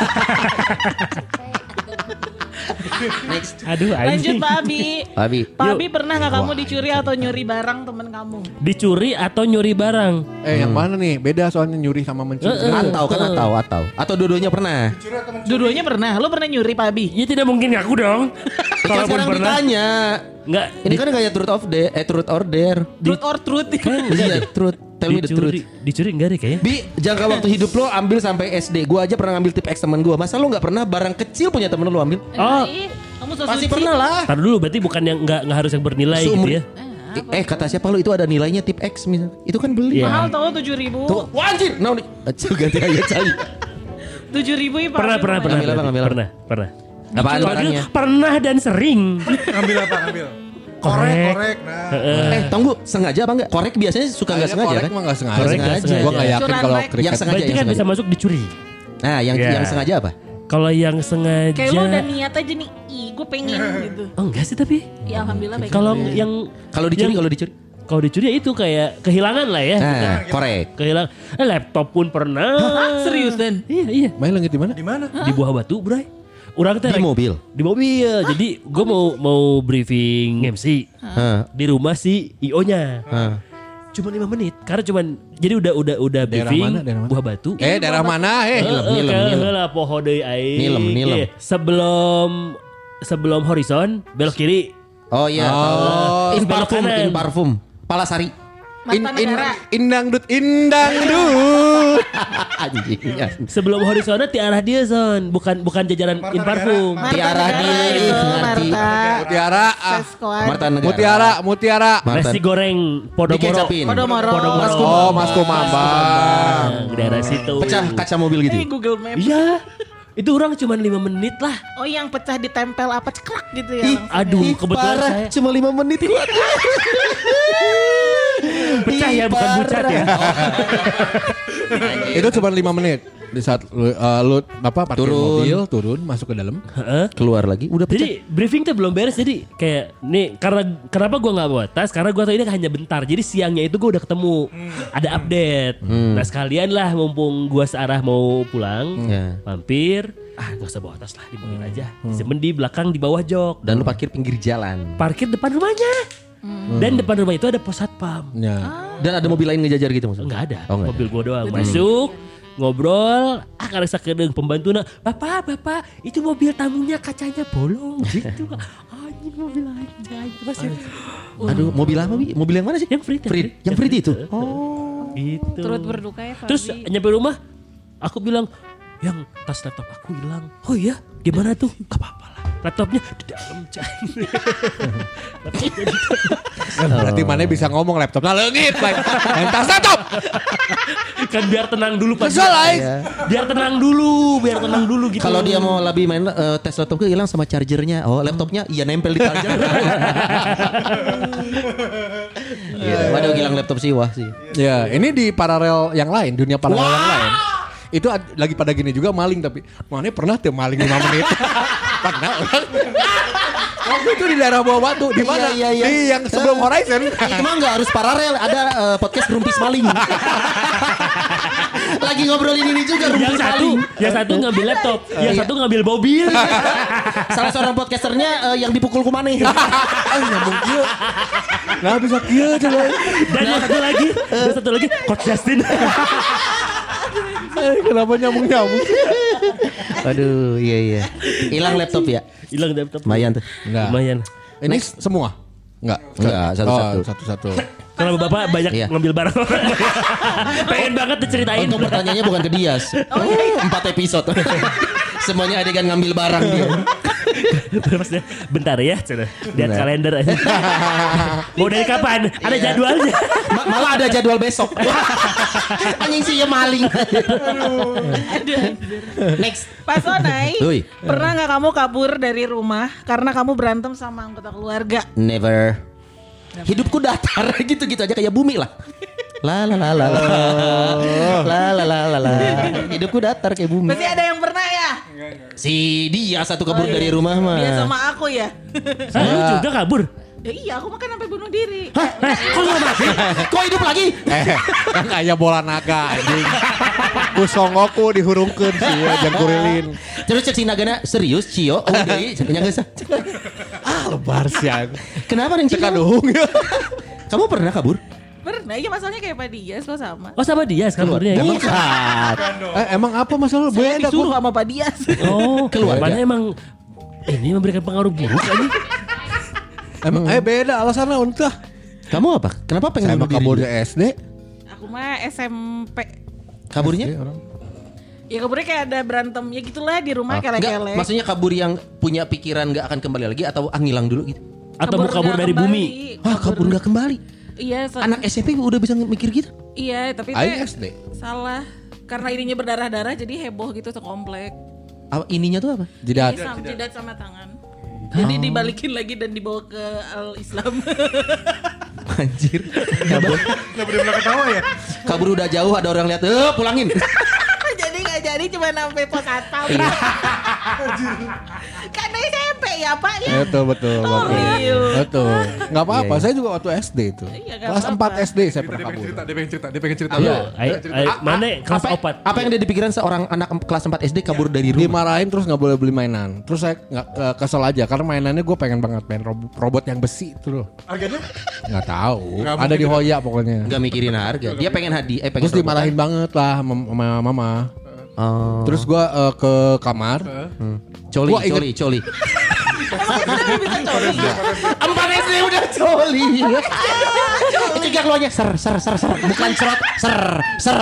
Speaker 1: Next.
Speaker 2: Aduh
Speaker 6: Lanjut
Speaker 2: anjing.
Speaker 6: Pak Abi.
Speaker 1: Abi.
Speaker 6: Pak Abi pernah gak kamu dicuri atau nyuri barang temen kamu?
Speaker 2: Dicuri atau nyuri barang?
Speaker 3: Yang mana nih? Beda soalnya nyuri sama mencuri.
Speaker 1: Atau dua-duanya pernah.
Speaker 6: Dua-duanya pernah. Lo pernah nyuri Pak Abi?
Speaker 2: Ya tidak mungkin ngaku dong.
Speaker 1: Kan
Speaker 2: Kalaupun
Speaker 1: sekarang
Speaker 2: pernah.
Speaker 1: ditanya.
Speaker 2: Enggak.
Speaker 1: Ini kan kayak truth order.
Speaker 6: Truth or truth?
Speaker 1: Iya, truth. Tell me the truth.
Speaker 2: Dicuri enggak deh kayaknya.
Speaker 1: Bi, jangka waktu hidup lo ambil sampai SD. Gua aja pernah ngambil tip X teman gua. Masa lo nggak pernah barang kecil punya temen lo ambil?
Speaker 2: Oh,
Speaker 6: Ih, kamu so
Speaker 1: Pasti
Speaker 6: suci.
Speaker 1: pernah lah.
Speaker 2: tar dulu berarti bukan yang enggak harus yang bernilai
Speaker 1: Seumur-
Speaker 2: gitu ya.
Speaker 1: Kata siapa lo itu ada nilainya tip X misal. Itu kan beli.
Speaker 2: Iya.
Speaker 6: Mahal tau 7.000.
Speaker 1: Tuh, wah, anjir. Nah, ganti ayat cari.
Speaker 6: 7.000 ya Pak
Speaker 2: Pernah.
Speaker 6: Abi
Speaker 1: Ngambil apa, ngambil apa?
Speaker 2: Pernah.
Speaker 1: Apaan
Speaker 2: Kalau
Speaker 1: barangnya?
Speaker 2: gitu pernah dan sering.
Speaker 5: Ngambil apa? Korek. Nah.
Speaker 1: Tunggu, sengaja apa enggak? Korek biasanya suka enggak sengaja kan?
Speaker 3: Korek mah nggak sengaja.
Speaker 2: Korek nggak sengaja.
Speaker 3: Gue nggak yakin
Speaker 6: Curan
Speaker 3: kalau
Speaker 6: rek.
Speaker 3: kriket.
Speaker 1: Yang sengaja,
Speaker 2: Berarti
Speaker 1: yang
Speaker 2: kan bisa
Speaker 1: sengaja.
Speaker 2: masuk dicuri.
Speaker 1: Nah, yang
Speaker 2: Iya.
Speaker 1: sengaja apa?
Speaker 2: Kalau yang sengaja.
Speaker 6: Kayak lo udah niat aja nih. Ih gue pengen gitu.
Speaker 2: Oh, enggak sih tapi.
Speaker 6: Ya Alhamdulillah baik.
Speaker 2: Kalau yang
Speaker 1: Kalau dicuri,
Speaker 2: yang- kalau dicuri ya itu kayak kehilangan lah ya.
Speaker 1: Nah, korek.
Speaker 2: Kehilangan. Laptop pun pernah.
Speaker 6: Serius Dan?
Speaker 2: Iya.
Speaker 3: Main langit di mana?
Speaker 5: Di mana?
Speaker 2: Di Buah Batu, Bray. Orang teh
Speaker 1: Di mobil.
Speaker 2: Di mobil. Jadi gue mau briefing MC
Speaker 1: Hah.
Speaker 2: di rumah si IO-nya.
Speaker 1: Hah.
Speaker 2: Cuma 5 menit. Karena cuman jadi udah
Speaker 3: Daerah
Speaker 2: briefing
Speaker 3: mana? Daerah mana?
Speaker 2: Buah Batu.
Speaker 3: Daerah mana?
Speaker 1: Nilem.
Speaker 2: Lah poho deui aing.
Speaker 1: Nilem.
Speaker 2: Iya. Sebelum horizon belok kiri.
Speaker 1: Oh iya.
Speaker 3: Oh.
Speaker 1: In
Speaker 2: Belok
Speaker 1: parfum,
Speaker 2: kanan.
Speaker 1: in parfum. Palasari.
Speaker 6: Marta Negara.
Speaker 3: Indang dut.
Speaker 1: Anjing.
Speaker 2: Sebelum horizonnya ti arah dia son, bukan jajaran
Speaker 5: Marta
Speaker 2: in parfum.
Speaker 6: Marta
Speaker 1: Tiara
Speaker 6: Negara
Speaker 1: dia,
Speaker 6: itu
Speaker 1: ngerti.
Speaker 6: Marta.
Speaker 3: Mutiara.
Speaker 6: Seskoan.
Speaker 1: Marta Negara.
Speaker 3: Mutiara.
Speaker 1: Marta.
Speaker 2: Nasi goreng Podomoro.
Speaker 1: Dikecapin.
Speaker 6: Podomoro.
Speaker 3: Oh, Masko Mambang.
Speaker 2: Di daerah situ.
Speaker 1: Pecah kaca mobil gitu.
Speaker 6: Ini Google Map.
Speaker 2: Iya. Itu orang cuma 5 menit lah.
Speaker 6: Oh yang pecah ditempel apa ceklak gitu ya.
Speaker 1: Ih,
Speaker 6: langsung.
Speaker 2: Aduh,
Speaker 1: Ih,
Speaker 2: kebetulan
Speaker 1: parah.
Speaker 2: saya
Speaker 1: Cuma 5 menit.
Speaker 2: pecah ya, bukan bucat ya.
Speaker 3: Itu cuma 5 menit. Di saat lu parkir
Speaker 1: Turun.
Speaker 3: mobil, turun, masuk ke dalam.
Speaker 2: Heeh.
Speaker 1: Keluar lagi. Udah pecah.
Speaker 2: Jadi briefing tuh belum beres, jadi kayak nih karena kenapa gue nggak bawa tas, karena gue tahu ini hanya bentar, jadi siangnya itu gue udah ketemu ada update. Nah sekalian lah mumpung gue searah mau pulang,
Speaker 1: Ya.
Speaker 2: mampir, nggak usah bawa tas lah, di mobil aja, disimpen di belakang di bawah jok,
Speaker 1: Dan lu parkir pinggir jalan.
Speaker 2: parkir depan rumahnya, dan depan rumah itu ada pos satpam,
Speaker 3: Ya.
Speaker 1: Dan ada mobil lain ngejajar gitu maksudnya?
Speaker 2: nggak ada,
Speaker 1: Oh, nggak
Speaker 2: mobil gue doang masuk. Ngobrol, karena sakedeng pembantuna, bapak, itu mobil tamunya kacanya bolong gitu. Anjing mobil aja, masih
Speaker 1: Aduh, mobil apa, Bi? Mobil yang mana sih?
Speaker 2: yang free,
Speaker 1: Yang free itu.
Speaker 2: gitu.
Speaker 6: Turut berduka ya Fabi.
Speaker 2: Terus nyampe rumah, aku bilang, yang tas laptop aku hilang. Oh iya, gimana tuh? Gak apa-apa lah. Laptopnya di dalam, Cai. Laptopnya di dalam.
Speaker 3: Berarti mana bisa ngomong laptopnya leungit. Entah stop.
Speaker 2: Kan biar tenang dulu Pak.
Speaker 3: Kesel aing.
Speaker 2: Biar tenang dulu gitu.
Speaker 1: Kalau dia mau lebih main tes laptopnya hilang sama chargernya. Oh, laptopnya iya nempel di charger. Iya, waduh hilang laptop sih wah sih.
Speaker 3: Ya, ini di paralel yang lain, dunia paralel yang lain. Itu lagi pada gini juga maling tapi mana pernah tuh maling 5 menit. Pernah orang. Waktu itu di daerah Bawah Batu di mana?
Speaker 1: Iya.
Speaker 3: Di yang sebelum Horizon.
Speaker 1: Itu mah enggak harus paralel, ada podcast Rumpis Maling. Lagi ngobrolin ini juga Rumpis Maling.
Speaker 2: Yang satu ngambil laptop, yang satu ngambil mobil.
Speaker 1: Salah seorang podcasternya yang dipukul kumane.
Speaker 3: Nyambung kieu. Nah bisa kieu coba.
Speaker 2: Dan yang satu lagi Coach Justin.
Speaker 3: Kenapa nyambung?
Speaker 1: Aduh, iya. Hilang laptop ya?
Speaker 2: Hilang laptop.
Speaker 1: Lumayan tuh.
Speaker 3: Enggak.
Speaker 2: Lumayan.
Speaker 3: Ini semua? Enggak,
Speaker 1: satu-satu.
Speaker 3: Satu-satu.
Speaker 2: Kalau Bapak banyak
Speaker 1: Iya.
Speaker 2: ngambil barang orang. Pengen banget diceritain.
Speaker 1: Untuk pertanyaannya bukan ke Dias. 4 episode. Semuanya adegan ngambil barang dia.
Speaker 2: Terus dia, bentar ya, lihat kalender aja. Mau dari kapan? Ada jadwalnya.
Speaker 1: Malah ada jadwal besok. Anjing sih ya maling. Next.
Speaker 6: Pak Sonai,
Speaker 1: Ui.
Speaker 6: pernah nggak kamu kabur dari rumah karena kamu berantem sama anggota keluarga?
Speaker 1: Never. Hidupku datar gitu-gitu aja kayak bumi lah. La la la la la. La la la la la. Hidupku datar kayak bumi.
Speaker 6: Pasti ada yang pernah ya?
Speaker 1: Si dia satu kabur dari rumah mah.
Speaker 6: Dia sama aku ya?
Speaker 2: Lu juga kabur.
Speaker 6: Ya iya, aku makan sampai bunuh diri.
Speaker 2: Kok nggak mati?
Speaker 1: Kok hidup lagi?
Speaker 3: Kan kayak bola naga anjing. Ku songoku dihurungkeun sih ya jeung kurilin.
Speaker 1: Terus cek si nagana serius Cio. Oh deui nya geus.
Speaker 3: Lebar siang.
Speaker 1: Kenapa nih Cio?
Speaker 3: Cekaduhung ya.
Speaker 1: Kamu pernah kabur?
Speaker 6: Pernah, iya masalahnya kayak Pak Dias kok sama.
Speaker 2: Oh sama dia kaburnya.
Speaker 1: Bukan.
Speaker 3: Emang apa masalah?
Speaker 6: Saya
Speaker 3: Beda
Speaker 6: disuruh
Speaker 3: kok.
Speaker 6: sama Pak Dias.
Speaker 2: Oh,
Speaker 1: Keluarga.
Speaker 2: mana emang ini memberikan pengaruh buruk ini.
Speaker 3: Emang beda alasannya untah.
Speaker 1: Kamu apa? Kenapa pengen
Speaker 3: Saya mah
Speaker 1: bunuh diri?
Speaker 3: kaburnya SD.
Speaker 6: Aku mah SMP.
Speaker 1: Kaburnya?
Speaker 6: Ya kaburnya kayak ada berantemnya gitulah di rumah
Speaker 1: Enggak,
Speaker 6: kele-kele.
Speaker 1: maksudnya kabur yang punya pikiran gak akan kembali lagi atau ngilang dulu gitu.
Speaker 2: Atau mau kabur
Speaker 6: nggak
Speaker 2: dari
Speaker 6: kembali.
Speaker 2: bumi.
Speaker 1: Kabur gak kembali.
Speaker 6: Iya,
Speaker 1: Anak SMP udah bisa mikir gitu.
Speaker 6: iya, tapi
Speaker 3: Aing
Speaker 6: teh
Speaker 3: SD.
Speaker 6: salah. Karena ininya berdarah-darah jadi heboh gitu sekomplek.
Speaker 1: Ininya tuh apa?
Speaker 3: Jidat.
Speaker 6: Ini jidat sama tangan. Jadi dibalikin lagi dan dibawa ke Al-Islam.
Speaker 1: Anjir. Kabur.
Speaker 5: Kenapa dia malah ketawa ya?
Speaker 1: Kabur udah jauh ada orang lihat, pulangin.
Speaker 6: Jadi gak jadi cuma sampai pos atap. Kan SMP ya Pak ya.
Speaker 3: Betul.
Speaker 6: Toril.
Speaker 3: Betul. Enggak apa-apa, saya juga waktu SD itu.
Speaker 6: Iya, nggak
Speaker 3: Kelas
Speaker 6: apa-apa.
Speaker 3: 4 SD saya pernah
Speaker 5: Dia pengen
Speaker 3: kabur.
Speaker 5: cerita, dia pengen cerita.
Speaker 2: Ayo, mana kelas
Speaker 1: apa,
Speaker 2: 4.
Speaker 1: apa yang ada di pikiran seorang anak kelas 4 SD kabur dari rumah?
Speaker 3: Dimarahin terus nggak boleh beli mainan. Terus saya nggak kesel aja karena mainannya gue pengen banget main robot yang besi itu loh.
Speaker 5: Harganya?
Speaker 3: Nggak tahu.
Speaker 5: Nggak
Speaker 3: Ada di
Speaker 5: mungkin.
Speaker 3: Hoya pokoknya.
Speaker 1: Gak mikirin harga. Dia pengen hadiah, pengen
Speaker 3: Terus dimarahin banget lah sama mama.
Speaker 1: Oh.
Speaker 3: Terus gue ke kamar.
Speaker 1: Coli.
Speaker 3: Gua inget-
Speaker 1: Coli.
Speaker 6: Tapi bisa coli.
Speaker 1: 4 SD udah coli. Ketika keluarnya ser. Bukan serot, ser.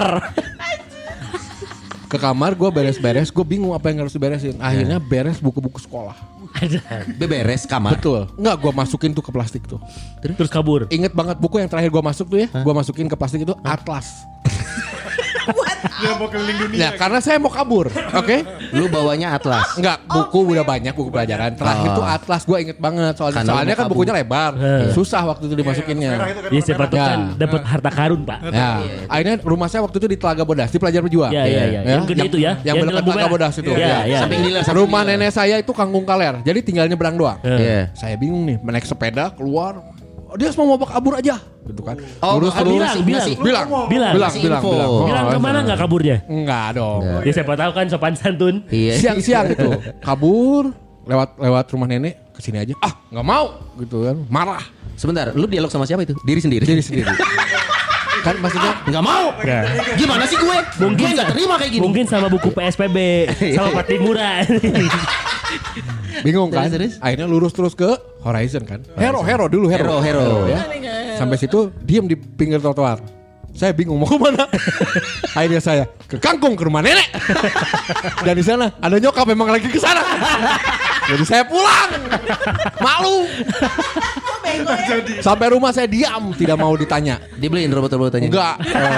Speaker 3: Ke kamar gue beres-beres. Gue bingung apa yang harus diberesin. Akhirnya beres buku-buku sekolah.
Speaker 1: Beberes kamar.
Speaker 3: Betul. Enggak, gue masukin tuh ke plastik tuh.
Speaker 2: Terus kabur.
Speaker 3: Ingat banget buku yang terakhir gue masuk tuh ya. Gue masukin ke plastik itu Atlas.
Speaker 5: Dia mau keliling dunia.
Speaker 3: Ya karena saya mau kabur. Oke.
Speaker 1: Lu bawanya Atlas.
Speaker 3: Enggak, buku udah banyak buku pelajaran. Terakhir tuh Atlas gue inget banget
Speaker 1: Karena
Speaker 3: soalnya
Speaker 1: mau
Speaker 3: kan
Speaker 1: kabur.
Speaker 3: bukunya lebar. Susah waktu itu dimasukinnya.
Speaker 2: Ya siapa tahu
Speaker 3: Ya.
Speaker 2: kan dapat harta karun Pak.
Speaker 3: Ya, akhirnya rumah saya waktu itu di Telaga Bodas, di Pelajar Berjuang.
Speaker 2: Ya. Yang gede itu ya.
Speaker 3: Yang belakang
Speaker 2: di lampu
Speaker 3: Telaga
Speaker 2: merah.
Speaker 3: Bodas itu.
Speaker 2: Ya.
Speaker 1: Samping dealer, samping
Speaker 3: Rumah
Speaker 1: dealer.
Speaker 3: nenek saya itu Kangkung Kaler, jadi tinggal nyebrang doang.
Speaker 1: Iya.
Speaker 3: Saya bingung nih, naik sepeda keluar. Oh, dia mau kabur aja, gitu kan?
Speaker 1: Oh,
Speaker 3: Lurus
Speaker 2: bilang.
Speaker 3: bilang.
Speaker 2: Bilang kemana nggak kaburnya?
Speaker 3: Enggak dong.
Speaker 2: Ya siapa tahu kan sopan santun.
Speaker 1: Iya.
Speaker 3: Siang-siang itu kabur lewat rumah nenek ke sini aja. Ah, nggak mau gitu kan. Marah.
Speaker 1: Sebentar, lu dialog sama siapa itu? Diri sendiri.
Speaker 3: Kan maksudnya
Speaker 1: Nggak mau.
Speaker 2: Ya.
Speaker 1: Gimana sih gue? Gue nggak terima kayak gini.
Speaker 2: Mungkin sama buku PSPB sama Pak Timuran.
Speaker 3: bingung kan?
Speaker 1: Terus?
Speaker 3: Akhirnya lurus terus ke Horizon kan. Hero dulu
Speaker 1: Hero.
Speaker 3: ya. Sampai situ diem di pinggir trotoar. Saya bingung mau kemana. Akhirnya saya ke Kangkung ke rumah nenek. Dan di sana ada nyokap memang lagi ke sana. Jadi saya pulang. Malu. Sampai rumah saya diam, tidak mau ditanya.
Speaker 1: Dibeliin robot-robotannya.
Speaker 3: Enggak.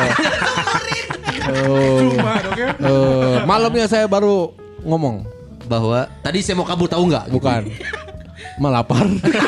Speaker 3: Malamnya saya baru ngomong.
Speaker 1: Bahwa tadi saya mau kabur tahu nggak?
Speaker 3: Bukan. Melapar.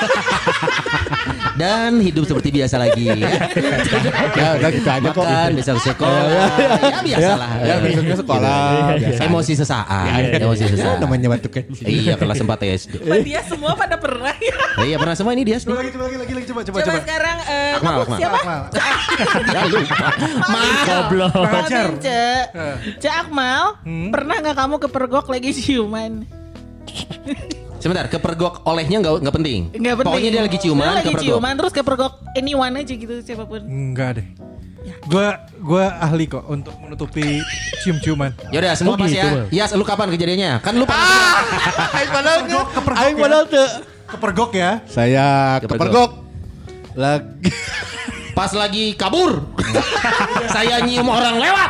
Speaker 1: Dan hidup seperti biasa lagi.
Speaker 3: Ya udah gitu aja kok.
Speaker 1: Makan, besok sekolah. Ya biasalah.
Speaker 3: Ya besoknya sekolah. Biasa.
Speaker 1: Emosi sesaat. Emosi
Speaker 3: Ya,
Speaker 1: sesaat.
Speaker 3: namanya batuk kan.
Speaker 1: Iya, kelas 4 SD.
Speaker 6: Dia semua pada pernah ya.
Speaker 1: Iya, pernah semua ini dia.
Speaker 5: Coba lagi coba.
Speaker 6: Coba sekarang
Speaker 1: Akmal,
Speaker 6: kamu
Speaker 1: Akmal.
Speaker 6: siapa?
Speaker 1: Ya lupa.
Speaker 2: Goblok.
Speaker 5: Pacar.
Speaker 6: Ce Akmal, pernah nggak kamu kepergok lagi ciuman?
Speaker 1: Sebentar, kepergok olehnya nggak penting.
Speaker 6: Nggak penting.
Speaker 1: Pokoknya dia lagi ciuman,
Speaker 6: Dia lagi
Speaker 1: kepergok.
Speaker 6: ciuman terus kepergok anyone aja gitu siapapun.
Speaker 5: Enggak deh. Gua ahli kok untuk menutupi cium-ciuman.
Speaker 1: Yaudah, semua
Speaker 2: Oh,
Speaker 1: pas
Speaker 2: gitu,
Speaker 1: ya.
Speaker 2: Bang.
Speaker 1: Yas, lu kapan kejadiannya? Kan lu pernah.
Speaker 3: Aing padahal
Speaker 5: Kepergok
Speaker 3: Aing
Speaker 5: ya.
Speaker 3: padahal tuh.
Speaker 5: Kepergok ya.
Speaker 3: Saya
Speaker 1: Kepergok.
Speaker 3: kepergok. Lagi.
Speaker 1: Pas lagi kabur. Saya nyium orang lewat.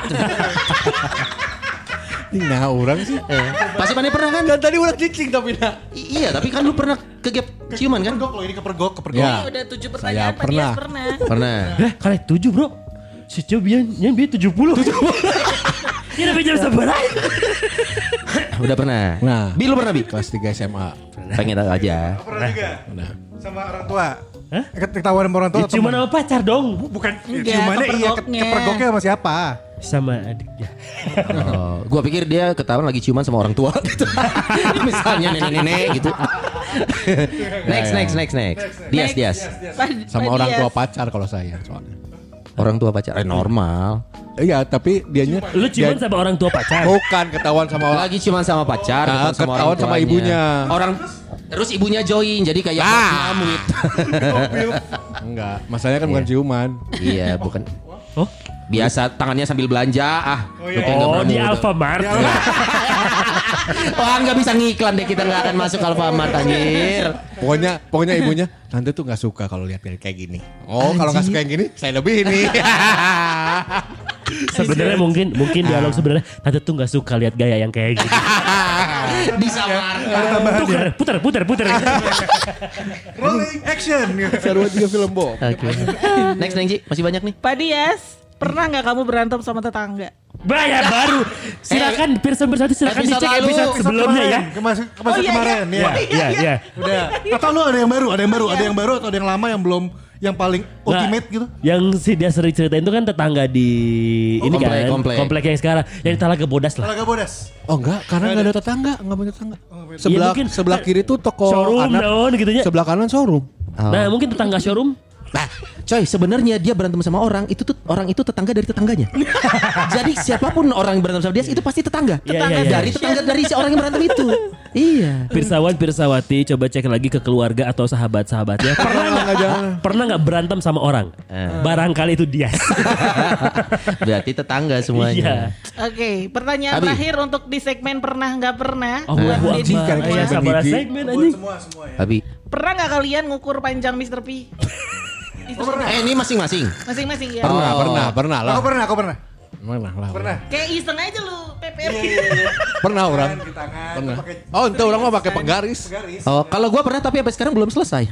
Speaker 3: Nah orang sih.
Speaker 1: Pasti mana pernah kan?
Speaker 3: Kan tadi orang cicing tapi nah.
Speaker 1: Iya, tapi kan lu pernah kegep ciuman kan?
Speaker 5: Kepergok loh ini kepergok.
Speaker 3: Ya.
Speaker 6: Udah 7
Speaker 3: Saya
Speaker 6: pertanyaan, Pak
Speaker 3: pernah.
Speaker 6: Dias pernah.
Speaker 1: Pernah.
Speaker 2: Kalian 7 bro. Si Cobian yang dia 70. Ini namanya jam sabar aja.
Speaker 1: Udah pernah.
Speaker 3: Nah.
Speaker 1: Bi, lu pernah Bi?
Speaker 3: Kelas 3 SMA.
Speaker 1: Pengen tahu aja.
Speaker 5: Pernah juga.
Speaker 3: Nah.
Speaker 5: Sama orang tua.
Speaker 2: Hah?
Speaker 5: Ketahuan sama orang tua.
Speaker 2: Ya, cuma sama pacar dong.
Speaker 5: Bukan
Speaker 6: Enggak,
Speaker 5: ciumannya iya
Speaker 6: kepergoknya.
Speaker 5: kepergoknya sama siapa?
Speaker 2: Sama adiknya.
Speaker 1: Oh, gua pikir dia ketahuan lagi ciuman sama orang tua gitu. Misalnya nenek-nenek gitu. Next. Dias.
Speaker 3: Sama
Speaker 6: Pak
Speaker 3: orang
Speaker 6: Dias.
Speaker 3: tua pacar kalau saya soalnya.
Speaker 1: Orang tua pacar normal.
Speaker 3: Iya, tapi dianya
Speaker 2: Lu ciuman sama orang tua pacar.
Speaker 3: bukan ketahuan sama orang.
Speaker 1: Lagi ciuman sama pacar,
Speaker 3: Nah,
Speaker 1: ketahuan
Speaker 3: ketahuan
Speaker 1: orang
Speaker 3: sama
Speaker 1: tuanya.
Speaker 3: ibunya.
Speaker 1: Orang terus ibunya join jadi kayak mamut.
Speaker 3: Enggak, masalahnya kan bukan ciuman.
Speaker 1: Iya, bukan.
Speaker 2: Oh,
Speaker 1: Biasa tangannya sambil belanja. Lu kayak nggak
Speaker 2: oh
Speaker 1: pernah
Speaker 2: di
Speaker 1: muda.
Speaker 2: Alfamart.
Speaker 1: Wah, nggak bisa ngiklan deh, kita nggak akan masuk Alfamart anjir.
Speaker 3: Pokoknya ibunya tante tuh nggak suka kalau lihat kayak gini. Oh, kalau nggak suka yang gini, saya lebih ini.
Speaker 2: Sebenarnya mungkin dialog sebenarnya tante tuh nggak suka lihat gaya yang kayak gini.
Speaker 1: Disamarkan.
Speaker 2: Putar.
Speaker 5: Rolling action.
Speaker 3: Sarua juga film Bob.
Speaker 1: Oke. Next Nengji, masih banyak nih.
Speaker 6: Pak Dias, pernah nggak kamu berantem sama tetangga?
Speaker 2: Bayar baru. Silakan Pirsa Bersatu silakan
Speaker 1: episode
Speaker 2: dicek
Speaker 1: lalu.
Speaker 2: episode sebelumnya ya.
Speaker 5: Kemarin
Speaker 6: Oh, iya,
Speaker 5: kemarin ya.
Speaker 2: Iya.
Speaker 5: Udah. Atau lu ada yang baru atau ada yang lama yang belum yang paling ultimate gitu?
Speaker 2: Yang si dia sering ceritain itu kan tetangga di ini
Speaker 1: komplek,
Speaker 2: kan
Speaker 1: komplek.
Speaker 2: komplek yang sekarang yang di Talaga Bodas lah.
Speaker 5: Talaga Bodas.
Speaker 3: Oh enggak, karena enggak ada tetangga, enggak punya tetangga.
Speaker 2: Iya,
Speaker 3: Sebelah
Speaker 2: mungkin.
Speaker 3: sebelah kiri tuh toko
Speaker 2: Showroom
Speaker 3: anak.
Speaker 2: daun gitu ya.
Speaker 3: Sebelah kanan showroom.
Speaker 1: Oh.
Speaker 2: Nah mungkin tetangga showroom.
Speaker 1: Nah, coy, sebenarnya dia berantem sama orang itu tetangga dari tetangganya. Jadi siapapun orang yang berantem sama dia itu pasti tetangga.
Speaker 2: Iya,
Speaker 1: Tetangga
Speaker 2: iya.
Speaker 1: dari tetangga dari si orang yang berantem itu. Iya.
Speaker 2: Pirsawan Pirsawati coba cek lagi ke keluarga atau sahabat-sahabatnya. Pernah nggak berantem sama orang? Barangkali itu dia.
Speaker 1: Berarti tetangga
Speaker 2: Iya.
Speaker 1: semuanya.
Speaker 6: Oke, pertanyaan
Speaker 1: Abi.
Speaker 6: terakhir untuk di segmen pernah nggak pernah.
Speaker 2: Oh,
Speaker 6: Buat
Speaker 2: gua
Speaker 6: Deddy.
Speaker 3: kan,
Speaker 2: ya
Speaker 3: segmen
Speaker 2: sabar
Speaker 3: hiji.
Speaker 2: segmen anjing.
Speaker 5: Semua ya.
Speaker 1: Abi.
Speaker 6: Pernah nggak kalian ngukur panjang Mr. P? Itu
Speaker 1: Ini masing-masing.
Speaker 6: masing-masing ya.
Speaker 3: Pernah lah.
Speaker 5: Aku pernah.
Speaker 3: Pernah.
Speaker 6: Kayak iseng aja lu, PPP.
Speaker 3: Pernah orang.
Speaker 5: Di tangan.
Speaker 3: Pernah.
Speaker 5: pakai
Speaker 3: Oh, ente orang mah pakai penggaris.
Speaker 1: Oh, kalau gua pernah tapi sampai sekarang belum selesai.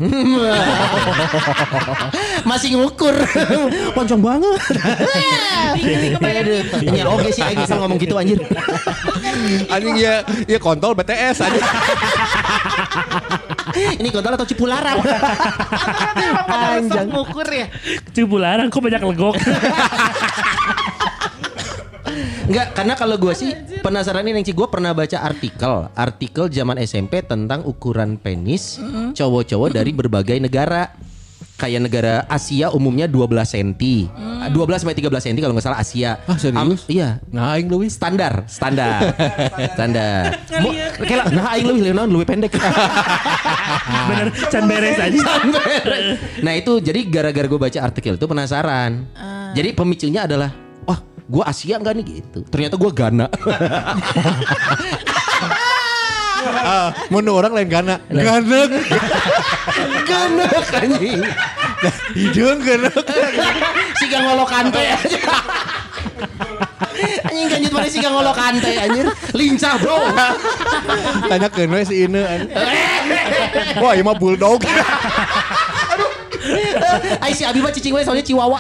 Speaker 1: Masih ngukur. Panjang banget. Ini oke sih aing selalu ngomong gitu anjir.
Speaker 3: Anjing ya kontol BTS aja.
Speaker 1: Ini kontol atau Cipularang?
Speaker 6: Panjang ngukur ya.
Speaker 2: Cipu larang kok banyak legok.
Speaker 1: Enggak, karena kalau gue sih penasaran nih Nengci, gue pernah baca artikel zaman SMP tentang ukuran penis cowok-cowok dari berbagai negara. Kayak negara Asia umumnya 12 cm 12 sampai 13 cm kalau nggak salah Asia.
Speaker 3: Ah, serius?
Speaker 1: Iya.
Speaker 3: Nah, aing Luis.
Speaker 1: Standar. Nah aing lebih pendek.
Speaker 2: Bener can beres aja.
Speaker 1: Nah itu jadi gara-gara gue baca artikel itu penasaran. Jadi pemicunya adalah, wah gue Asia nggak nih gitu. Ternyata gue Ghana.
Speaker 3: Mun orang lain Gana. Ganek.
Speaker 1: Ganek anjing.
Speaker 3: Hidung ganek.
Speaker 1: Siga ngolok kante aja. Anjing kanjut mana siga ngolok kante anjir. Lincah bro.
Speaker 3: Tanya ke si Ine. Wah, ini mah bulldog.
Speaker 1: Ai si Abi mah cicing we soalnya Chihuahua.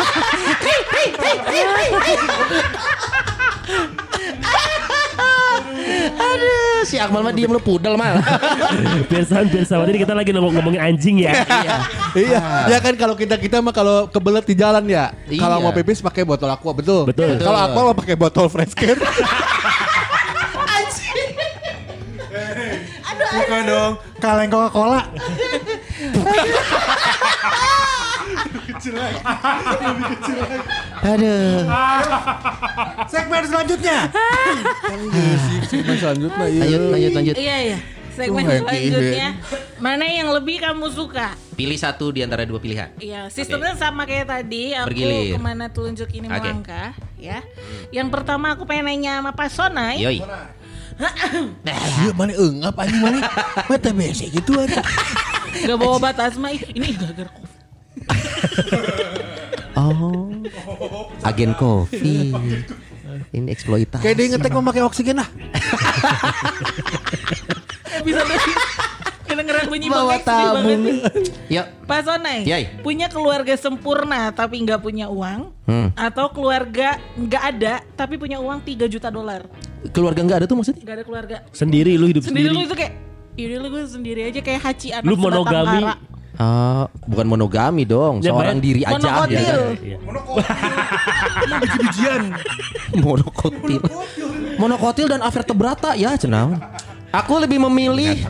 Speaker 1: Aduh, si Akmal mah diem lu pudel mal.
Speaker 2: Biar sama. Jadi kita lagi ngomongin anjing ya.
Speaker 3: Iya. Ya kan kalau kita mah kalau kebelet di jalan ya.
Speaker 1: Iya.
Speaker 3: Kalau mau pipis pakai botol aqua, betul.
Speaker 2: Betul.
Speaker 3: Kalau aqua mau pakai botol fresh care.
Speaker 5: Bukan dong, kaleng Coca-Cola.
Speaker 1: Aduh.
Speaker 5: Segmen selanjutnya.
Speaker 3: Segmen selanjutnya iya.
Speaker 1: Lanjut.
Speaker 6: Iya. Segmen selanjutnya. Mana yang lebih kamu suka?
Speaker 1: Pilih satu di antara dua pilihan.
Speaker 6: Iya, sistemnya sama kayak tadi. Aku
Speaker 1: Bergilir.
Speaker 6: kemana telunjuk ini
Speaker 1: Oke.
Speaker 6: melangkah, ya. Yang pertama aku pengen nanya sama Pak Sonai.
Speaker 1: Yoi.
Speaker 3: Iya mana ngap anjing mana. Mata bese gitu aja.
Speaker 6: Gak bawa obat asma. Ini gara-gara COVID.
Speaker 1: Oh. Agen kopi. Ini eksploitasi.
Speaker 3: Kayak dia ngetek memakai oksigen lah.
Speaker 6: Bisa dari kedengeran bunyi
Speaker 1: Bawa
Speaker 6: bangke sedih
Speaker 1: tabung.
Speaker 6: banget.
Speaker 1: Yuk.
Speaker 6: Pak Sonai,
Speaker 1: Yai.
Speaker 6: punya keluarga sempurna tapi nggak punya uang, atau keluarga nggak ada tapi punya uang $3 juta?
Speaker 1: Keluarga enggak ada tuh maksudnya?
Speaker 6: Nggak ada keluarga.
Speaker 2: Sendiri lu hidup
Speaker 6: Sendiri
Speaker 2: sendiri.
Speaker 6: lu itu kayak, yaudah lu gue sendiri aja kayak Haji anak
Speaker 2: Lu
Speaker 6: sebatang
Speaker 2: monogami.
Speaker 6: kara.
Speaker 1: Bukan monogami dong,
Speaker 2: Ya,
Speaker 1: seorang
Speaker 2: Bang.
Speaker 1: diri aja.
Speaker 6: Monokotil.
Speaker 2: Iya.
Speaker 5: Biji-bijian.
Speaker 1: Monokotil. Monokotil dan avertebrata ya cenah. Aku lebih memilih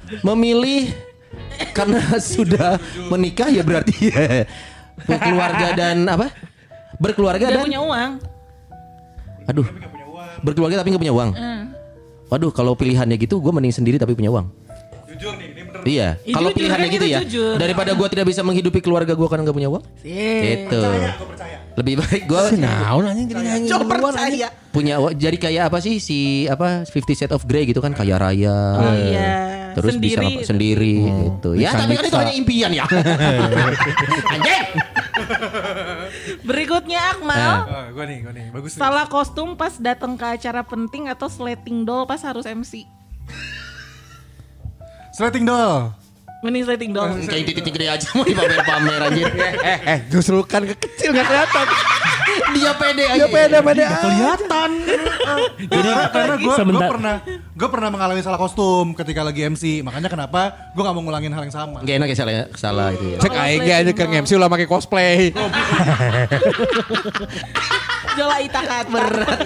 Speaker 1: karena sudah menikah ya berarti berkeluarga dan apa? Berkeluarga
Speaker 6: Nggak
Speaker 1: dan
Speaker 6: punya uang.
Speaker 1: aduh. Berkeluarga tapi nggak punya uang. Waduh, kalau pilihannya gitu gue mending sendiri tapi punya uang.
Speaker 5: Jujur nih, ini bener.
Speaker 1: Iya,
Speaker 6: Jujur,
Speaker 1: kalau pilihannya
Speaker 6: kan
Speaker 1: gitu
Speaker 6: kita
Speaker 1: ya.
Speaker 6: jujur.
Speaker 1: Daripada gue tidak bisa menghidupi keluarga gue karena nggak punya uang. Itu. Lebih baik gue
Speaker 3: Naon anjing jadi nyanyi.
Speaker 6: Coba percaya.
Speaker 1: punya jadi kayak apa sih si apa 50 Shades of Grey gitu kan, kaya raya.
Speaker 6: Oh iya.
Speaker 1: Terus bisa sendiri gitu. Ya, tapi kan itu hanya impian ya. Anjing.
Speaker 6: Berikutnya Akmal.
Speaker 5: Gue nih, bagus nih.
Speaker 6: Salah kostum pas datang ke acara penting atau sleting doll pas harus MC?
Speaker 5: Slating doll.
Speaker 6: Mending sleting doll.
Speaker 1: Kayak titik gede aja mau dipamer-pamer anjir.
Speaker 3: Justru kan kecil gak kelihatan.
Speaker 1: Dia pede aja.
Speaker 3: Dia pede aja.
Speaker 5: Kelihatan. Jadi karena gue
Speaker 2: Sebentar.
Speaker 5: pernah mengalami salah kostum ketika lagi MC. Makanya kenapa gue gak mau ngulangin hal yang sama.
Speaker 1: Gak enak ya salah itu ya.
Speaker 3: Cek aing aja ke MC ulah pakai cosplay.
Speaker 6: Jola Ita Kata.
Speaker 1: Berat.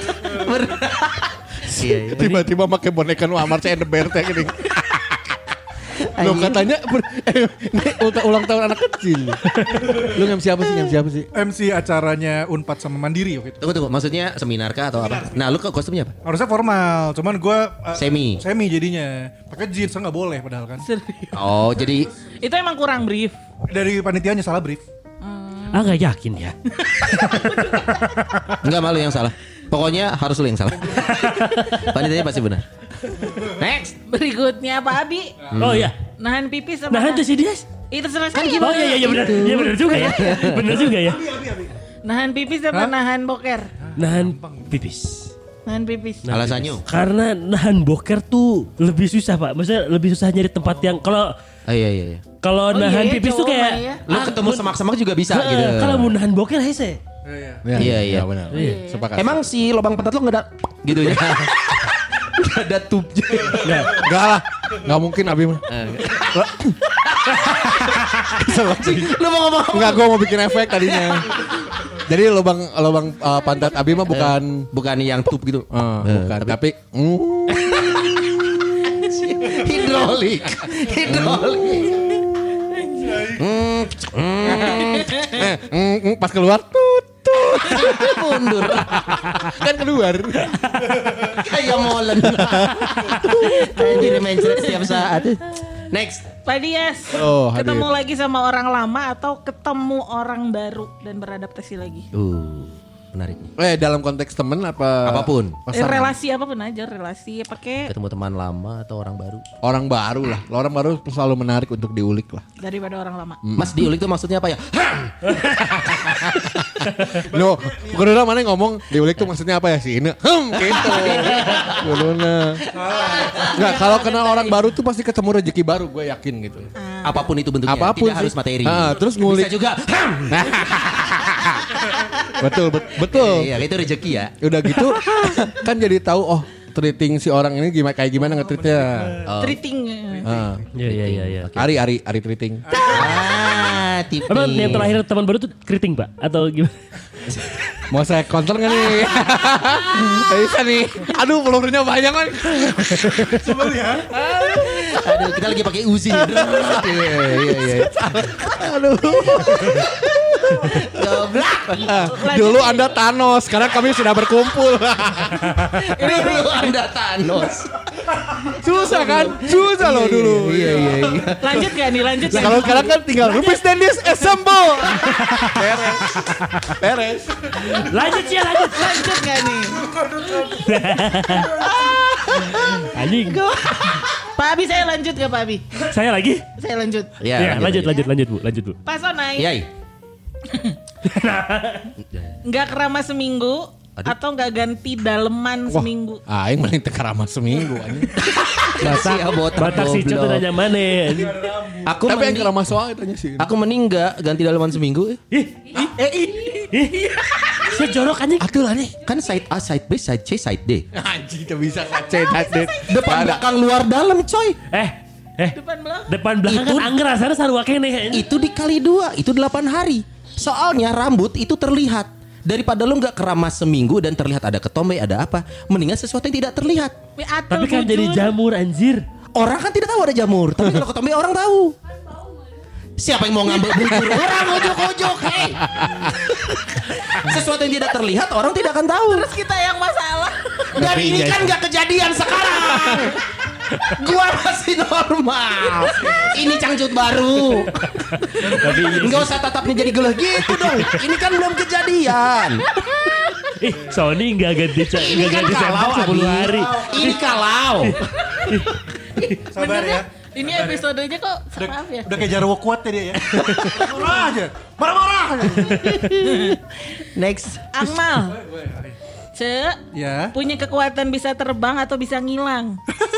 Speaker 1: Iya.
Speaker 3: Tiba-tiba pakai boneka nu Amar and the Bear teh gini. Lo katanya ini ulang tahun anak kecil. Lu MC apa sih?
Speaker 5: MC acaranya Unpad sama Mandiri waktu itu.
Speaker 1: Tunggu, maksudnya seminar kah atau apa? Nah, lu kostumnya apa?
Speaker 5: Harusnya formal, cuman gue
Speaker 1: Semi
Speaker 5: jadinya. Pakai jeans nggak boleh padahal kan.
Speaker 1: Oh, jadi
Speaker 6: Itu emang kurang brief.
Speaker 5: Dari panitianya salah brief.
Speaker 2: Gak yakin ya.
Speaker 1: enggak malu yang salah. Pokoknya harus lu yang salah. Panitianya pasti benar. Next.
Speaker 6: Berikutnya Pak Abi.
Speaker 2: Oh iya.
Speaker 6: Nahan pipis sama
Speaker 2: Nah itu sih dia.
Speaker 6: Itu selesai
Speaker 2: Oh
Speaker 6: gimana?
Speaker 2: iya benar. Iya benar juga ya. Benar juga ya.
Speaker 6: Nahan pipis sama nahan boker?
Speaker 2: Nahan pipis.
Speaker 6: Nahan pipis.
Speaker 1: Alasannya?
Speaker 2: Karena nahan boker tuh lebih susah Pak. Maksudnya lebih susah nyari tempat yang kalau
Speaker 1: Iya.
Speaker 2: kalau
Speaker 6: Oh,
Speaker 2: nahan
Speaker 6: iya,
Speaker 2: pipis tuh
Speaker 6: cowok
Speaker 2: kayak
Speaker 6: mah ya.
Speaker 1: Lu ketemu semak-semak juga bisa gitu.
Speaker 2: Kalau mau nahan boker hese.
Speaker 1: Iya.
Speaker 3: benar. Sepakat.
Speaker 1: Emang si lubang pantat lu enggak ada gitu ya? Enggak ada tubnya.
Speaker 3: enggak lah. Enggak mungkin Abi mah.
Speaker 1: Lu mau ngomong apa?
Speaker 3: Enggak, gua mau bikin efek tadinya. Jadi lubang pantat Abi mah
Speaker 1: Bukan yang tub gitu.
Speaker 3: bukan, tapi
Speaker 1: Hidrolik.
Speaker 3: pas keluar tut
Speaker 1: Mundur.
Speaker 3: kan keluar.
Speaker 1: Kayak molen. Jadi mencret setiap saat. Next.
Speaker 6: Pak Dias.
Speaker 3: Oh, hadir.
Speaker 6: Ketemu lagi sama orang lama atau ketemu orang baru dan beradaptasi lagi?
Speaker 1: menariknya?
Speaker 3: Dalam konteks temen apa?
Speaker 1: Apapun.
Speaker 3: Pasangan?
Speaker 6: Relasi apapun aja, relasi pakai
Speaker 1: Ketemu teman lama atau orang baru?
Speaker 3: Orang baru lah. Orang baru selalu menarik untuk diulik lah.
Speaker 6: daripada orang lama.
Speaker 1: Mas diulik tuh maksudnya apa ya?
Speaker 3: No, Guruna mana ngomong diulik tuh maksudnya apa ya sih? Ini gitu. Guruna. Enggak, kalau kenal orang baru tuh pasti ketemu rezeki baru, gue yakin gitu.
Speaker 1: Apapun itu bentuknya,
Speaker 3: Apapun
Speaker 1: tidak
Speaker 3: sih.
Speaker 1: harus materi.
Speaker 3: Terus ngulik.
Speaker 1: Bisa juga.
Speaker 3: Betul.
Speaker 1: Iya, itu rezeki ya.
Speaker 3: Udah gitu kan jadi tahu treating si orang ini kayak gimana nge-treatnya.
Speaker 6: Treating.
Speaker 2: Iya.
Speaker 3: Ari treating.
Speaker 1: Tipis.
Speaker 2: Emang yang terakhir teman baru tuh keriting Pak atau gimana?
Speaker 3: Mau saya counter nggak nih? Bisa nih. Aduh pelurunya banyak kan.
Speaker 1: Aduh, kita lagi pakai Uzi. Iya.
Speaker 3: Aduh.
Speaker 1: Goblok.
Speaker 3: Dulu Anda Thanos, sekarang kami sudah berkumpul.
Speaker 1: Dulu Anda Thanos.
Speaker 3: Susah kan? Susah loh dulu.
Speaker 1: Iya.
Speaker 6: Lanjut gak nih? Lanjut
Speaker 3: Nah,
Speaker 6: gak?
Speaker 3: kalau sekarang kan tinggal Rupis Dennis assemble. Beres.
Speaker 2: Lanjut sih, lanjut.
Speaker 6: Lanjut gak nih?
Speaker 2: Anjing.
Speaker 6: Pak Abi saya lanjut gak Pak Abi?
Speaker 2: Saya lagi?
Speaker 6: Saya lanjut.
Speaker 2: Ya, lanjut Bu.
Speaker 6: Pak Sonai.
Speaker 1: Iya.
Speaker 6: Nggak keramas seminggu atau nggak ganti daleman seminggu?
Speaker 3: Aing mending teka ramah seminggu anjing.
Speaker 2: Batak si Cot nanya mana?
Speaker 1: Aku
Speaker 3: Tapi yang
Speaker 1: mending,
Speaker 3: keramah soal tanya sih.
Speaker 1: aku mending enggak ganti dalaman seminggu.
Speaker 2: Saya jorok anjing.
Speaker 1: Atuh lah nih. Kan side A, side B, side C, side D.
Speaker 3: Anjing tidak bisa cetak deh.
Speaker 1: Depan belakang luar dalam coy.
Speaker 6: Depan belakang.
Speaker 2: Depan belakang
Speaker 1: Itu-
Speaker 2: kan angger rasanya sarua kene.
Speaker 1: Itu dikali 2, itu 8 hari. Soalnya rambut itu terlihat. Daripada lu gak keramas seminggu dan terlihat ada ketombe, ada apa. Mendingan sesuatu yang tidak terlihat.
Speaker 2: Tapi kan jadi jamur anjir.
Speaker 1: Orang kan tidak tahu ada jamur. Tapi kalau ketombe orang tahu. Siapa yang mau ngambil bujur orang ojok-ojok, hei. Sesuatu yang tidak terlihat orang tidak akan tahu.
Speaker 6: Terus kita yang masalah.
Speaker 1: Dan ini kan gak kejadian sekarang. Gua masih normal. Ini cangcut baru. Nggak usah tatapnya jadi geleh gitu dong. Ini kan belum kejadian.
Speaker 2: Sony nggak ganti
Speaker 1: Ini kan kalau
Speaker 2: 10 hari.
Speaker 1: Ini kalau.
Speaker 5: Sabar ya.
Speaker 6: Ini episodenya kok maaf ya.
Speaker 5: Udah kayak Jarwo kuat ya dia ya. Marah aja. Marah-marah aja.
Speaker 1: Next.
Speaker 6: Akmal.
Speaker 5: Ya.
Speaker 6: Punya kekuatan bisa terbang atau bisa ngilang.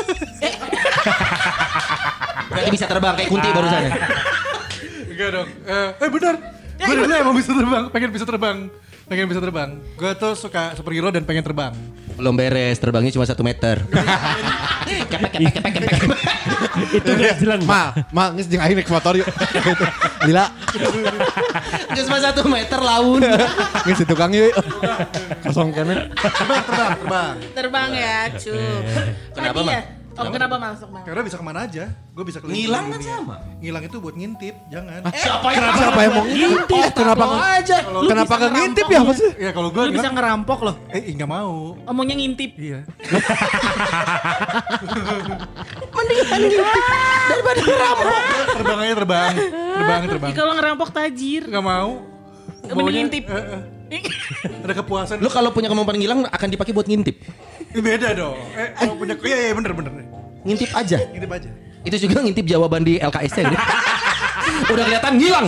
Speaker 1: Berarti bisa terbang kayak Kunti barusan.
Speaker 5: Enggak dong. Benar. Gue dulu emang bisa terbang. Pengen bisa terbang. Gue tuh suka superhero dan pengen terbang.
Speaker 1: Belum beres, terbangnya cuma 1 meter. Kepek.
Speaker 2: Itu gak jelang.
Speaker 3: Mal, geus jeung aing naik motor yuk. Gila.
Speaker 1: Geus cuma 1 meter laun.
Speaker 3: Geus si tukang yuk. Kosong kene.
Speaker 5: Terbang.
Speaker 6: Terbang ya, cu.
Speaker 1: Kenapa,
Speaker 6: Tadi
Speaker 1: Mak?
Speaker 6: ya? Oh, kenapa masuk Bang?
Speaker 5: Karena bisa kemana aja. Gue bisa keliling.
Speaker 1: Ngilang kan
Speaker 5: dunia.
Speaker 1: sama.
Speaker 5: Ngilang itu buat ngintip, jangan.
Speaker 3: Siapa yang mau ngintip? Kenapa
Speaker 1: aja?
Speaker 3: Kenapa enggak ngintip ya maksudnya?
Speaker 5: Ya kalau gue
Speaker 6: Lu bisa ngerampok loh.
Speaker 5: enggak mau.
Speaker 6: Omongnya ngintip.
Speaker 5: Iya.
Speaker 1: Mendingan gitu daripada ngerampok.
Speaker 5: Terbang aja terbang.
Speaker 6: Ih, kalau ngerampok tajir.
Speaker 5: Enggak mau.
Speaker 6: Mending ngintip.
Speaker 5: Ada kepuasan.
Speaker 1: Lu kalau punya kemampuan ngilang akan dipakai buat ngintip.
Speaker 5: Ini beda dong. Kalau punya iya bener.
Speaker 1: Ngintip aja.
Speaker 5: Ngintip aja.
Speaker 1: Itu juga ngintip jawaban di LKS ya. Udah kelihatan ngilang.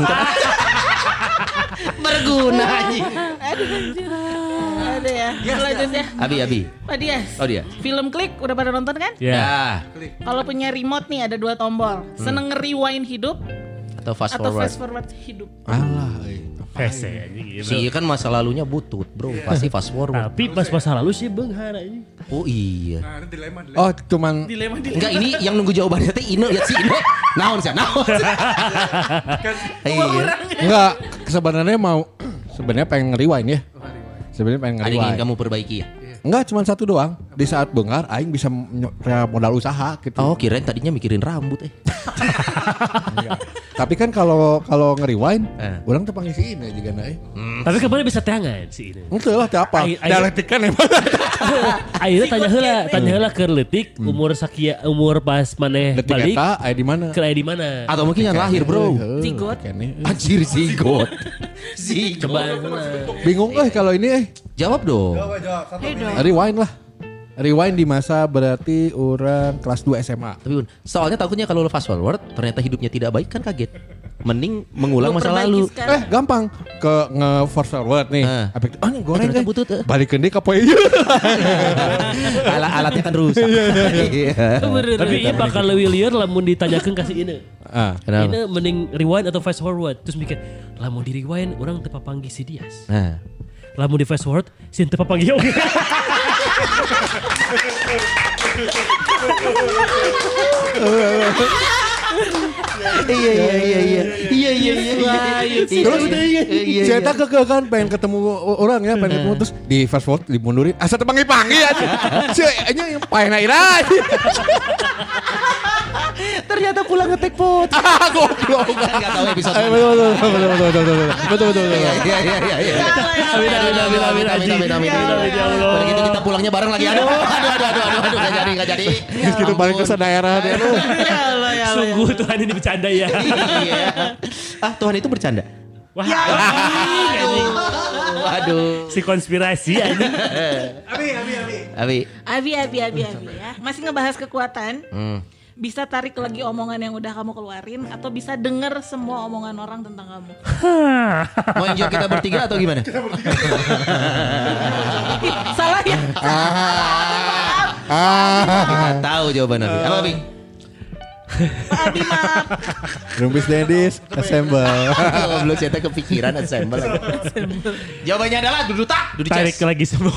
Speaker 1: Berguna anjing.
Speaker 6: Aduh anjir. Ada ya. Selanjutnya.
Speaker 1: Abi.
Speaker 6: Pak Dias.
Speaker 1: Oh dia.
Speaker 6: Film Klik udah pada nonton kan?
Speaker 2: Ya.
Speaker 6: Kalau punya remote nih ada 2 tombol. Seneng nge-rewind hidup
Speaker 1: Atau fast
Speaker 6: atau
Speaker 1: forward.
Speaker 6: fast forward hidup.
Speaker 3: Alah.
Speaker 2: Hese anjing.
Speaker 1: Si kan masa lalunya butut, bro. Pasti fast forward.
Speaker 2: Tapi pas masa lalu sih benghar anjing.
Speaker 1: Oh iya.
Speaker 5: Nah, ini dilema.
Speaker 3: Oh, cuman
Speaker 6: Dilema.
Speaker 1: Enggak, ini yang nunggu jawabannya teh Ine lihat si Ine. Naon sih, naon. Iya.
Speaker 3: enggak sebenarnya pengen nge-rewind ya. Sebenarnya pengen
Speaker 1: Ada yang ingin
Speaker 3: nge-rewind.
Speaker 1: kamu perbaiki ya?
Speaker 3: Enggak, cuma satu doang. Di saat bengar aing bisa modal usaha gitu.
Speaker 1: Oh, kirain tadinya mikirin rambut
Speaker 3: Tapi kan kalau nge-rewind,
Speaker 1: Eh.
Speaker 3: orang tuh panggil si ini juga nah.
Speaker 2: Tapi kemarin bisa teangan sih ini.
Speaker 3: Itu lah teh apa?
Speaker 2: Ai- ai-
Speaker 3: Dialektik kan emang.
Speaker 2: Akhirnya tanya heula keur leutik umur pas maneh
Speaker 3: Detik
Speaker 2: balik
Speaker 3: eta aya di mana?
Speaker 2: keur aya di mana.
Speaker 1: Atau mungkin yang lahir, bro.
Speaker 6: Zigot.
Speaker 3: Kene.
Speaker 1: Anjir zigot.
Speaker 2: Coba
Speaker 3: Bingung kalau ini
Speaker 1: Jawab dong.
Speaker 3: rewind lah. Rewind di masa berarti orang kelas 2 SMA.
Speaker 1: Tapi soalnya takutnya kalau lo fast forward ternyata hidupnya tidak baik kan kaget. Mending mengulang
Speaker 6: Lu
Speaker 1: masa
Speaker 6: perbaiki
Speaker 1: lalu.
Speaker 6: sekarang.
Speaker 3: Gampang ke nge-force forward nih. Apa itu? Ini goreng
Speaker 1: ternyata
Speaker 3: kan.
Speaker 1: butut,
Speaker 3: Balikin deh ke poin.
Speaker 1: Alatnya kan rusak. Iya.
Speaker 2: Tapi ini bakal lebih liar lamun ditanyakan kasih ini.
Speaker 1: Kenapa?
Speaker 2: Ini mending rewind atau fast forward. Terus mikir, lamun di rewind orang tepa panggil si Dias.
Speaker 1: Nah.
Speaker 2: Lamun di fast forward, si tepa panggil oke.
Speaker 1: Iya.
Speaker 3: Terus saya tak kan pengen ketemu orang ya, pengen ketemu terus di fast forward dimundurin. Asa tepangi-pangi aja. Nya yang paena ira.
Speaker 1: Ternyata pulang ngetek pot.
Speaker 3: Goblok.
Speaker 1: Enggak tahu episode.
Speaker 3: Betul.
Speaker 1: Iya. Amin. Kalau gitu kita pulangnya bareng lagi. Aduh, enggak jadi.
Speaker 3: Gitu balik ke daerah deh lu.
Speaker 2: Sungguh Tuhan ini bercanda ya.
Speaker 1: Iya. Tuhan itu bercanda.
Speaker 2: Wah,
Speaker 1: Waduh.
Speaker 2: si konspirasi anjing.
Speaker 1: Abi.
Speaker 6: ya. Masih ngebahas kekuatan. Bisa tarik lagi omongan yang udah kamu keluarin atau bisa denger semua omongan orang tentang kamu.
Speaker 1: Mau yang jawab kita bertiga atau gimana?
Speaker 6: Salah ya?
Speaker 1: Kita tahu jawaban Abi. Apa Abi?
Speaker 6: Pak Abi maaf.
Speaker 3: Rumpis Dedis assemble.
Speaker 1: Belum saya kepikiran assemble. Jawabannya adalah dudu
Speaker 2: Tarik lagi semua.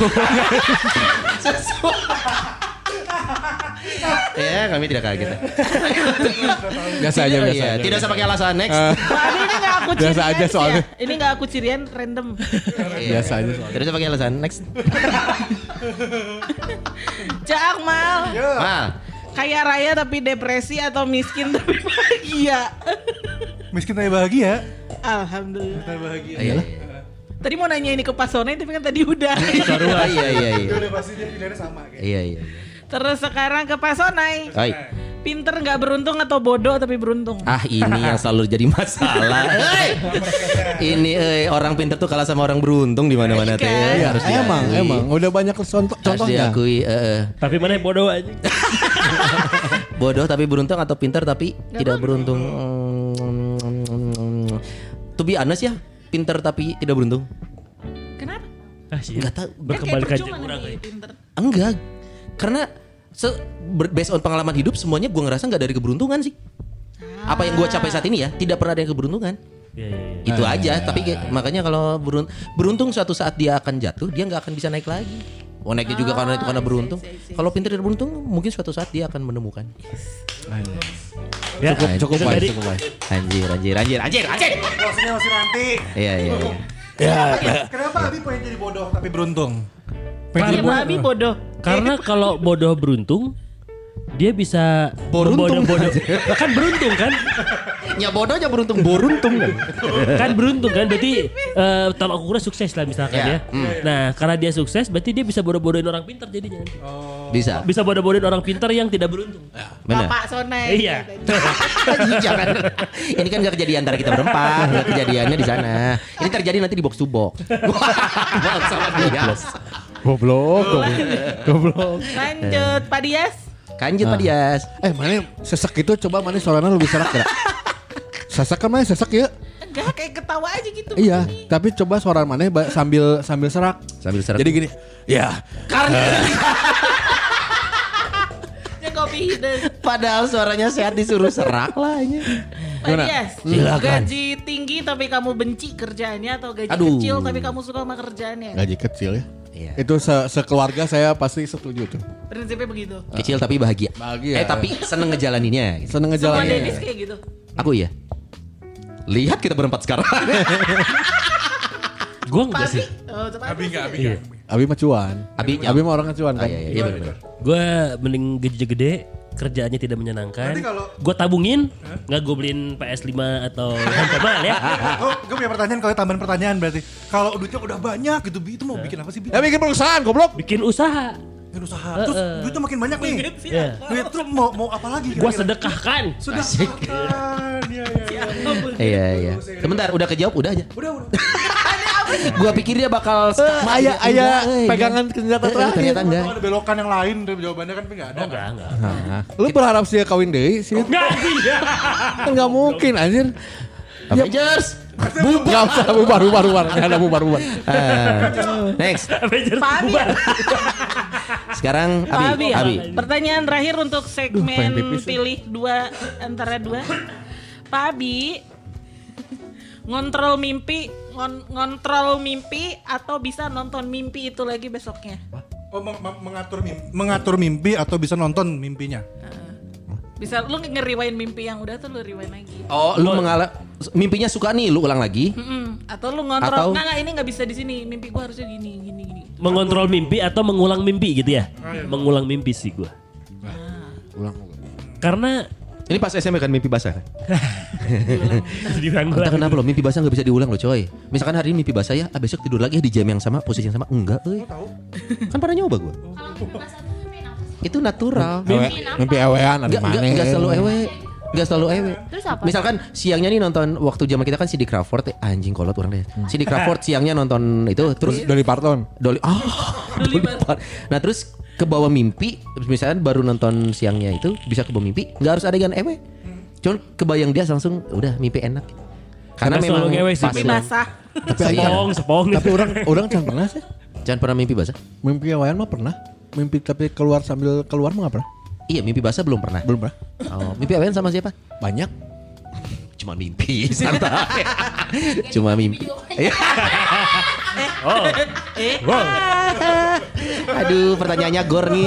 Speaker 1: Ya, kami tidak kaget.
Speaker 3: Biasa aja.
Speaker 1: Tidak usah pakai alasan next.
Speaker 6: Pak Abi ini gak aku cirian
Speaker 3: Biasa aja
Speaker 6: sih
Speaker 3: soalnya.
Speaker 6: ya. Ini gak aku cirian random.
Speaker 3: Biasa aja soalnya.
Speaker 1: Tidak usah pakai alasan next.
Speaker 6: Cak Akmal.
Speaker 1: Mal.
Speaker 6: Kaya raya tapi depresi atau miskin tapi bahagia?
Speaker 5: Miskin tapi bahagia.
Speaker 6: Alhamdulillah.
Speaker 5: Tapi bahagia.
Speaker 1: Iyalah.
Speaker 6: Tadi mau nanya ini ke Pak Sonai tapi kan tadi udah.
Speaker 1: Iya.
Speaker 5: Udah pasti dia pilihannya sama kayak.
Speaker 1: Iya.
Speaker 6: Terus sekarang ke Pak Sonai.
Speaker 1: Hai.
Speaker 6: Pinter gak beruntung atau bodoh tapi beruntung?
Speaker 1: Ini yang selalu jadi masalah. Ini orang pintar tuh kalah sama orang beruntung di mana-mana teh.
Speaker 6: Iya,
Speaker 1: Harus diakui.
Speaker 3: Emang udah banyak
Speaker 1: Harus
Speaker 3: contohnya.
Speaker 1: diakui.
Speaker 2: Tapi mana yang bodoh aja.
Speaker 1: Bodoh tapi beruntung atau pintar tapi tidak beruntung. To be honest ya, pintar tapi tidak beruntung.
Speaker 6: Kenapa?
Speaker 1: Enggak tahu.
Speaker 2: Berkebalikan
Speaker 6: Kan kayak
Speaker 2: orang.
Speaker 6: percuma nih, pinter.
Speaker 1: Enggak. Karena based on pengalaman hidup semuanya gue ngerasa nggak dari keberuntungan sih. Apa yang gue capai saat ini ya tidak pernah ada yang keberuntungan.
Speaker 2: Iya.
Speaker 1: Itu aja. Tapi makanya kalau beruntung suatu saat dia akan jatuh, dia nggak akan bisa naik lagi. Naiknya juga karena itu karena beruntung. Kalau pintar dan beruntung, mungkin suatu saat dia akan menemukan.
Speaker 2: Ya,
Speaker 3: Cukup baik.
Speaker 1: Anjir.
Speaker 5: Bosnya masih nanti.
Speaker 1: Iya.
Speaker 5: Kenapa Abi pengen jadi bodoh tapi beruntung?
Speaker 6: Karena Abi bodoh.
Speaker 2: Karena kalau bodoh beruntung, dia bisa
Speaker 1: Boruntung.
Speaker 2: bodoh. Kan beruntung kan?
Speaker 1: Ya bodohnya beruntung kan.
Speaker 2: Kan beruntung kan berarti tolak ukurnya sukses lah misalkan ya. Nah, karena dia sukses berarti dia bisa bodoh-bodohin orang pintar jadinya.
Speaker 1: Bisa.
Speaker 2: Bisa bodoh-bodohin orang pintar yang tidak beruntung.
Speaker 1: Benar.
Speaker 6: Bapak Sonai.
Speaker 2: Iya.
Speaker 1: Jangan. Ini kan gak kejadian antara kita berempat, gak kejadiannya di sana. Ini terjadi nanti di box to box. Box sama dia.
Speaker 3: Goblok.
Speaker 6: Lanjut Pak Dias.
Speaker 1: Kanjut Pak Dias.
Speaker 3: Mana sesek itu coba mana suaranya lebih serak gerak. Sesek kan mana sesek ya?
Speaker 6: Enggak kayak ketawa aja gitu.
Speaker 3: Iya, tapi coba suara mana sambil serak.
Speaker 1: Sambil serak.
Speaker 3: Jadi gini, ya.
Speaker 1: Karena
Speaker 6: Ya kopi hidung.
Speaker 1: padahal suaranya sehat disuruh serak lah ini.
Speaker 6: Pak
Speaker 3: Gimana?
Speaker 6: Dias.
Speaker 1: Silakan.
Speaker 6: Gaji tinggi tapi kamu benci kerjaannya atau gaji
Speaker 1: Aduh.
Speaker 6: kecil tapi kamu suka sama kerjaannya?
Speaker 3: Gaji kecil ya.
Speaker 1: Iya.
Speaker 3: Itu sekeluarga saya pasti setuju tuh.
Speaker 6: Prinsipnya begitu.
Speaker 1: Kecil tapi bahagia.
Speaker 3: Bahagia.
Speaker 1: Tapi seneng ngejalaninnya. Gitu.
Speaker 3: Seneng
Speaker 6: Semua
Speaker 3: ngejalanin.
Speaker 6: Dennis kayak gitu.
Speaker 1: Aku iya. Lihat kita berempat sekarang.
Speaker 2: Gue enggak
Speaker 6: Pasti.
Speaker 2: sih.
Speaker 6: Oh, tepat.
Speaker 5: Abi enggak.
Speaker 3: Abi mah cuan.
Speaker 1: Abi
Speaker 3: mah orang cuan kan.
Speaker 1: Iya benar.
Speaker 2: Gue mending gajinya gede, kerjaannya tidak menyenangkan.
Speaker 5: Nanti kalau-
Speaker 2: Gue tabungin, nggak gue beliin PS5 atau handphone mahal ya.
Speaker 5: Gue punya pertanyaan kalau tambahan pertanyaan berarti. Kalau duitnya udah banyak gitu, Bi, itu mau bikin apa sih, Bi?
Speaker 3: Ya bikin perusahaan goblok.
Speaker 2: Bikin usaha.
Speaker 5: Bikin usaha. Terus duitnya makin banyak nih.
Speaker 2: Ya.
Speaker 5: Duit terus mau apa lagi?
Speaker 2: Gue sedekahkan.
Speaker 5: Sudah. Iya.
Speaker 1: Iya. Sebentar, udah kejawab, udah aja. Udah. Gua pikir dia bakal
Speaker 3: Ayah pegangan senjata terakhir.
Speaker 1: Ternyata enggak.
Speaker 5: Kalau ada belokan yang lain jawabannya kan enggak ada.
Speaker 2: Enggak.
Speaker 3: Lu berharap sih kawin deui sih?
Speaker 2: Enggak dia.
Speaker 3: Kan enggak mungkin anjir.
Speaker 1: Avengers.
Speaker 3: Enggak usah bubar. Enggak ada bubar.
Speaker 1: Next.
Speaker 2: Avengers
Speaker 6: Pak Abi.
Speaker 2: bubar.
Speaker 1: Sekarang
Speaker 6: Pak Abi.
Speaker 1: Abi.
Speaker 6: Pertanyaan terakhir untuk segmen
Speaker 3: pengen pipis.
Speaker 6: pilih antara dua. Pak Abi, ngontrol mimpi atau bisa nonton mimpi itu lagi besoknya?
Speaker 5: Oh, mengatur mimpi atau bisa nonton mimpinya.
Speaker 6: Bisa lu nge-rewind mimpi yang udah tuh lu rewind lagi.
Speaker 1: Oh, lu mimpinya suka nih, lu ulang lagi.
Speaker 6: Atau lu ngontrol, nggak ini nggak bisa di sini. Mimpi gua harusnya gini.
Speaker 2: Mengontrol mimpi atau mengulang mimpi gitu ya? Mengulang mimpi sih gua.
Speaker 3: Ulang.
Speaker 2: Karena
Speaker 1: Ini pas SMP kan mimpi basah kan?
Speaker 2: diulang-ulang.
Speaker 1: Entah kenapa loh mimpi basah gak bisa diulang loh coy. Misalkan hari ini mimpi basah ya, besok tidur lagi di jam yang sama, posisi yang sama. Enggak euy. Kan pernah nyoba gue. Itu natural.
Speaker 3: Mimpi ewean ada mana?
Speaker 1: Enggak selalu ewe. Enggak selalu ewe.
Speaker 7: Terus apa?
Speaker 1: Misalkan siangnya nih nonton waktu zaman kita kan Cindy Crawford anjing kolot orang deh. Cindy Crawford siangnya nonton itu terus
Speaker 3: Dolly Parton.
Speaker 1: Dolly Parton. Nah terus ke bawah mimpi, misalnya baru nonton siangnya itu bisa ke bawah mimpi, nggak harus adegan ewe. Cuman kebayang dia langsung udah mimpi enak. Karena memang
Speaker 2: selalu ngewe sih.
Speaker 1: pas
Speaker 6: Mimpi basah.
Speaker 2: Sepong.
Speaker 3: Tapi orang jangan pernah sih.
Speaker 1: Jangan pernah mimpi basah.
Speaker 3: Mimpi ewean mah pernah. Mimpi tapi keluar sambil keluar mah nggak pernah.
Speaker 1: Iya mimpi basah belum pernah.
Speaker 3: Belum pernah.
Speaker 1: Oh, mimpi ewean sama siapa?
Speaker 3: Banyak.
Speaker 1: Cuma mimpi santai. Cuma mimpi. Aduh pertanyaannya gor nih.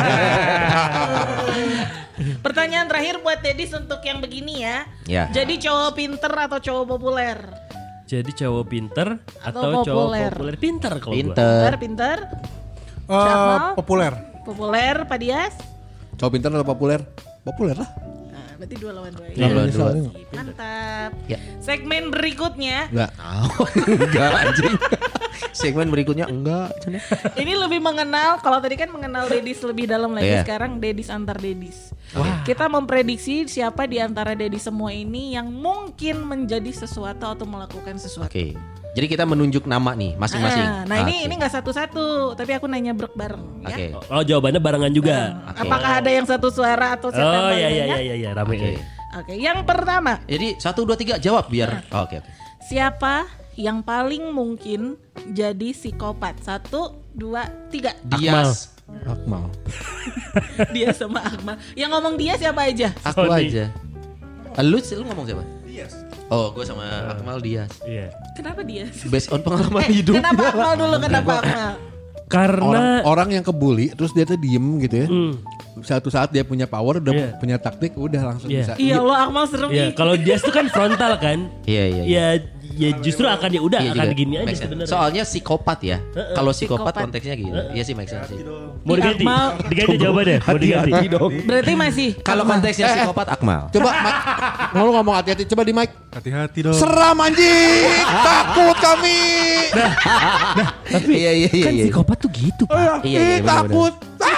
Speaker 6: Pertanyaan terakhir buat Dedis untuk yang begini ya.
Speaker 1: Ya.
Speaker 6: Jadi cowok pinter atau cowok populer?
Speaker 2: Jadi cowok pinter
Speaker 6: Atau
Speaker 2: atau cowok
Speaker 6: populer?
Speaker 2: populer? Pinter kalau gua.
Speaker 1: Pinter.
Speaker 6: Pinter. Siapa?
Speaker 5: Populer.
Speaker 6: Populer, Pak Dias?
Speaker 3: Cowok pintar atau populer? Populer lah.
Speaker 6: Nah, berarti 2 lawan 2
Speaker 1: Dua lawan dua.
Speaker 6: Mantap.
Speaker 1: Ya.
Speaker 6: Segmen berikutnya.
Speaker 3: Enggak.
Speaker 1: Enggak anjing. Segmen berikutnya enggak.
Speaker 6: Ini lebih mengenal, kalau tadi kan mengenal Dedis lebih dalam lagi,
Speaker 1: Iya.
Speaker 6: sekarang Dedis antar Dedis. Kita memprediksi siapa di antara Dedis semua ini yang mungkin menjadi sesuatu atau melakukan sesuatu.
Speaker 1: Oke. Jadi kita menunjuk nama nih masing-masing.
Speaker 6: Nah
Speaker 1: Oke.
Speaker 6: ini nggak satu-satu, tapi aku nanya bareng ya.
Speaker 1: Oke.
Speaker 2: Oh jawabannya barengan juga.
Speaker 1: Oke.
Speaker 6: Apakah ada yang satu suara atau siapa
Speaker 2: Oh
Speaker 6: yang
Speaker 2: iya
Speaker 6: banyak?
Speaker 2: iya rame.
Speaker 1: Oke.
Speaker 6: Oke, yang pertama,
Speaker 1: Jadi 1, 2, 3 jawab biar. Oke.
Speaker 6: siapa yang paling mungkin jadi psikopat? 1, 2, 3.
Speaker 1: Dias.
Speaker 3: Akmal.
Speaker 6: Dia sama Akmal. Yang ngomong dia siapa aja?
Speaker 1: Aku
Speaker 2: Sony.
Speaker 1: aja. Lu ngomong siapa? Dias. Oh, gue sama Akmal Dias.
Speaker 2: Iya.
Speaker 6: Kenapa dia?
Speaker 1: Based on pengalaman hidup.
Speaker 6: Kenapa Akmal dulu? Kenapa Akmal?
Speaker 2: Karena
Speaker 3: Orang yang kebuli terus dia tuh diem gitu ya. Satu saat dia punya power, udah
Speaker 2: Iya.
Speaker 3: punya taktik, udah langsung
Speaker 2: Iya.
Speaker 3: bisa.
Speaker 6: Iya Allah Akmal serem
Speaker 2: ya
Speaker 6: nih.
Speaker 2: kalau dia tuh kan frontal kan.
Speaker 1: Iya.
Speaker 2: Ya justru akan ya udah
Speaker 1: Iya
Speaker 2: akan
Speaker 1: juga.
Speaker 2: gini aja
Speaker 1: Make sense.
Speaker 2: sebenarnya.
Speaker 1: Soalnya psikopat ya. Kalau psikopat
Speaker 6: Psikopat.
Speaker 1: konteksnya gitu. Iya sih make sense sih.
Speaker 2: Mau diganti?
Speaker 6: Akmal.
Speaker 2: Diganti jawabannya. Mau diganti.
Speaker 6: Berarti masih
Speaker 1: Kalau konteksnya psikopat Akmal.
Speaker 3: Coba lu ngomong hati-hati, coba di mic.
Speaker 5: Hati-hati dong.
Speaker 3: Seram anjing, takut kami.
Speaker 2: Tapi
Speaker 1: Iya.
Speaker 2: kan psikopat tuh gitu Pak.
Speaker 1: Iya, benar-benar.
Speaker 3: takut.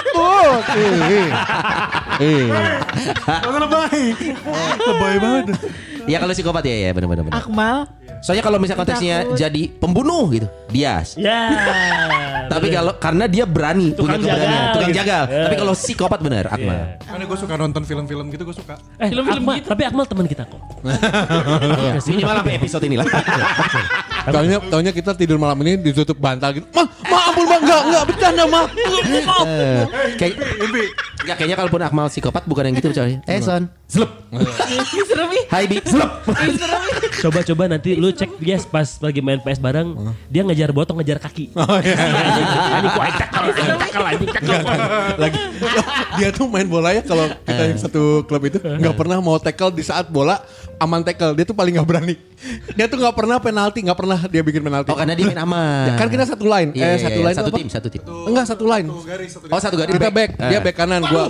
Speaker 5: Gak lebay. Lebay banget.
Speaker 1: Iya kalau psikopat ya benar-benar.
Speaker 6: Akmal.
Speaker 1: Soalnya kalau misalnya konteksnya
Speaker 6: Takut.
Speaker 1: jadi pembunuh gitu, Dias.
Speaker 2: Ya.
Speaker 1: Tapi kalau karena dia berani,
Speaker 2: Tukang
Speaker 1: punya keberanian,
Speaker 2: jagal
Speaker 1: tukang
Speaker 2: gitu.
Speaker 1: jagal.
Speaker 2: Ya.
Speaker 1: Tapi kalau psikopat benar, Akmal.
Speaker 5: Karena gue suka nonton film-film gitu, gue suka.
Speaker 6: Film-film
Speaker 2: Akmal,
Speaker 6: gitu.
Speaker 2: tapi Akmal teman kita kok.
Speaker 1: Minimal sampai episode inilah.
Speaker 3: Taunya kita tidur malam ini ditutup bantal gitu. Ma ampun bang, enggak bercanda ma.
Speaker 1: Kayak enggak kayaknya kalaupun Akmal psikopat bukan yang gitu coy. Son. Slep.
Speaker 6: Ih, serem ih.
Speaker 1: Hai Bi. Slep.
Speaker 6: Ih, serem ih.
Speaker 2: Coba nanti lu cek dia pas lagi main PS bareng, dia ngejar botong ngejar kaki. Ini gua tackle
Speaker 3: Lagi dia tuh main bola ya kalau kita yang satu klub itu nggak pernah mau tackle di saat bola aman tackle. Dia tuh paling nggak berani. Dia tuh nggak pernah penalti, nggak pernah dia bikin penalti.
Speaker 1: Oh karena dia main aman.
Speaker 3: Kan kita satu line,
Speaker 1: Iya,
Speaker 3: satu
Speaker 1: iya,
Speaker 3: line
Speaker 1: satu
Speaker 3: apa?
Speaker 1: tim, satu tim.
Speaker 3: Enggak satu line.
Speaker 1: Oh satu garis.
Speaker 3: Kita back, dia back kanan, gua.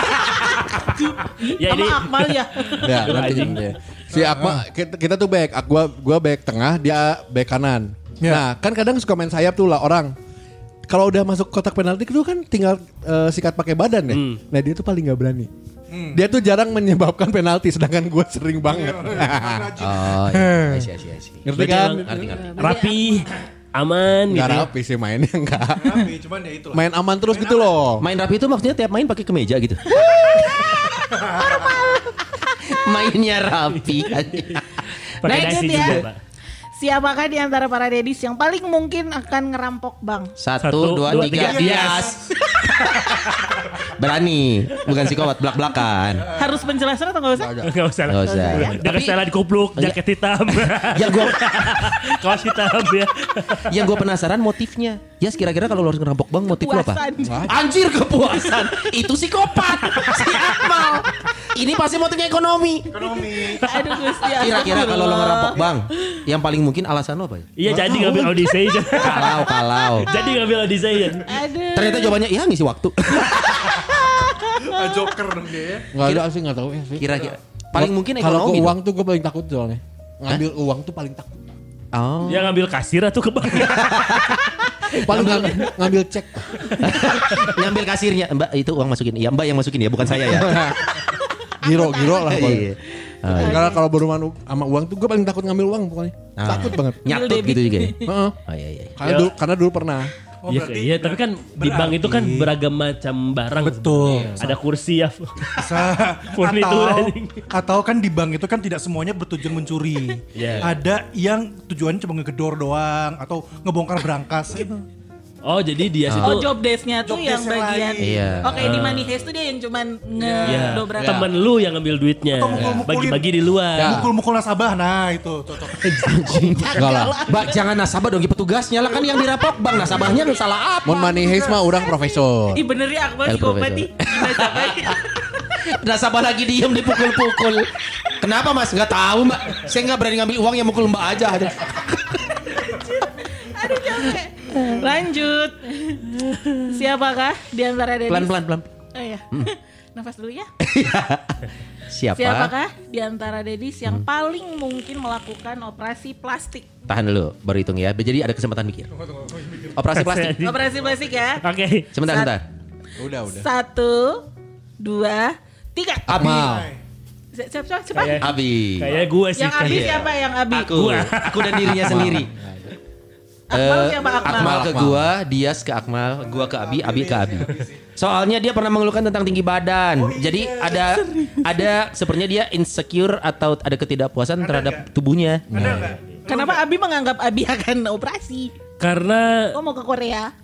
Speaker 2: Ya ini
Speaker 6: Sama Akmal ya.
Speaker 3: Ya nanti. Si Akmal kita tuh back, gua back tengah, dia back kanan. Nah kan kadang suka main sayap tuh lah orang. Kalau udah masuk kotak penalti itu kan tinggal sikat pakai badan ya. Nah dia tuh paling nggak berani. Dia tuh jarang menyebabkan penalti, sedangkan gue sering banget.
Speaker 1: Oh, iya. I see.
Speaker 3: Ngerti kan?
Speaker 1: Ngerti.
Speaker 2: Rapi, aman
Speaker 3: Gak
Speaker 2: gitu. Ya.
Speaker 3: rapi sih mainnya enggak.
Speaker 5: Rapi, cuman ya itulah.
Speaker 3: Main aman terus gitu loh.
Speaker 1: Main rapi itu maksudnya tiap main pakai kemeja gitu. Mainnya rapi.
Speaker 2: Pakai
Speaker 6: Lanjut
Speaker 2: dasi
Speaker 6: ya.
Speaker 2: juga, Pak.
Speaker 6: Siapakah di antara para dedis yang paling mungkin akan ngerampok bank?
Speaker 1: 1, 2, 3, Dias. Berani, bukan psikopat, belak-belakan.
Speaker 6: Harus penjelasan atau nggak usah?
Speaker 2: Enggak usah.
Speaker 1: Nggak usah.
Speaker 2: Dengan
Speaker 1: Tapi-
Speaker 2: setelan kupluk, jaket hitam.
Speaker 1: Yang gue
Speaker 2: Kaos hitam ya.
Speaker 1: yang gue penasaran motifnya. Ya kira-kira kalau lu harus ngerampok bank motif lu apa?
Speaker 6: Kepuasan.
Speaker 1: Anjir kepuasan. Itu psikopat. Si Akmal. Ini pasti motifnya ekonomi.
Speaker 6: Aduh Gusti.
Speaker 1: Kira-kira kalau lo ngerampok bank, yang paling mungkin alasan lo apa ya?
Speaker 2: Iya jadi ngambil Odyssey.
Speaker 1: Kalau.
Speaker 2: Jadi ngambil Odyssey.
Speaker 6: Aduh.
Speaker 1: Ternyata jawabannya ya ngisi waktu.
Speaker 5: Joker dong dia ya.
Speaker 3: Enggak ada sih, enggak tahu ya sih.
Speaker 1: Kira-kira paling mungkin
Speaker 3: Kalau
Speaker 1: ekonomi.
Speaker 3: ke uang
Speaker 1: dong.
Speaker 3: tuh gue paling takut soalnya. Ngambil uang tuh paling takut.
Speaker 1: Oh.
Speaker 2: Dia ngambil kasir atau ke bank.
Speaker 3: Paling ngambil cek.
Speaker 1: Ngambil kasirnya. Mbak itu uang masukin. Iya Mbak yang masukin ya, bukan saya ya.
Speaker 3: Giro lah pokoknya.
Speaker 1: Iya. Oh, iya.
Speaker 3: Karena kalau berhubungan sama uang tuh gue paling takut ngambil uang pokoknya.
Speaker 1: Ah.
Speaker 3: Takut banget.
Speaker 1: Nyatut gitu juga ya.
Speaker 3: Heeh.
Speaker 1: Oh iya iya.
Speaker 3: Karena dulu pernah.
Speaker 2: Iya, iya, tapi kan di bank itu kan beragam macam barang.
Speaker 5: Betul.
Speaker 2: Ada kursi ya. Furnitur
Speaker 5: atau,
Speaker 2: anjing.
Speaker 5: atau kan di bank itu kan tidak semuanya bertujuan mencuri.
Speaker 2: Iya.
Speaker 5: Ada yang tujuannya cuma ngegedor doang atau ngebongkar berangkas gitu.
Speaker 2: Oh jadi dia
Speaker 6: Oh
Speaker 2: situ.
Speaker 6: job desk-nya tuh
Speaker 5: Job
Speaker 6: yang
Speaker 5: desk yang
Speaker 6: bagian.
Speaker 5: lain.
Speaker 1: Iya.
Speaker 6: Oke di Money Heist tuh dia yang cuman
Speaker 2: Ya,
Speaker 6: ngedobrak.
Speaker 2: temen lu yang ngambil duitnya.
Speaker 5: Atau mukul-mukulin.
Speaker 2: Bagi-bagi di luar.
Speaker 5: Mukul-mukul nasabah, nah itu cocok.
Speaker 3: Enggak lah.
Speaker 1: Mbak jangan nasabah dong petugasnya lah kan yang dirampok bank nasabahnya salah apa?
Speaker 3: Mon Money Heist mah orang profesor.
Speaker 6: Ih bener ya Akmal
Speaker 1: El
Speaker 6: psikopat
Speaker 1: Profesor.
Speaker 6: nih. Gimana capek?
Speaker 1: Nasabah lagi diem dipukul-pukul. Kenapa mas? Nggak tahu mbak. Saya nggak berani ngambil uang yang mukul mbak aja.
Speaker 6: Aduh capek. Lanjut. Siapakah di antara dedis?
Speaker 1: Pelan.
Speaker 6: Oh iya. Nafas dulu ya.
Speaker 1: Siapa?
Speaker 6: Siapakah di antara dedis yang paling mungkin melakukan operasi plastik?
Speaker 1: Tahan dulu, baru hitung ya. Jadi ada kesempatan mikir. Operasi plastik.
Speaker 6: Operasi plastik ya.
Speaker 2: Oke.
Speaker 1: Sebentar.
Speaker 3: Udah.
Speaker 6: 1, 2, 3.
Speaker 1: Abi.
Speaker 6: Siapa?
Speaker 1: Abi.
Speaker 2: Kayak gue sih.
Speaker 6: Yang Abi
Speaker 2: kayak.
Speaker 6: siapa yang Abi?
Speaker 1: Aku dan dirinya sendiri.
Speaker 6: Akmal siapa Akmal?
Speaker 1: Akmal ke gua, Dias ke Akmal, gua ke Abi ke Abi. Soalnya dia pernah mengeluhkan tentang tinggi badan. Jadi ada sepertinya dia insecure atau ada ketidakpuasan terhadap tubuhnya.
Speaker 6: Kenapa Abi menganggap Abi akan operasi?
Speaker 2: Karena
Speaker 6: Oh mau ke Korea?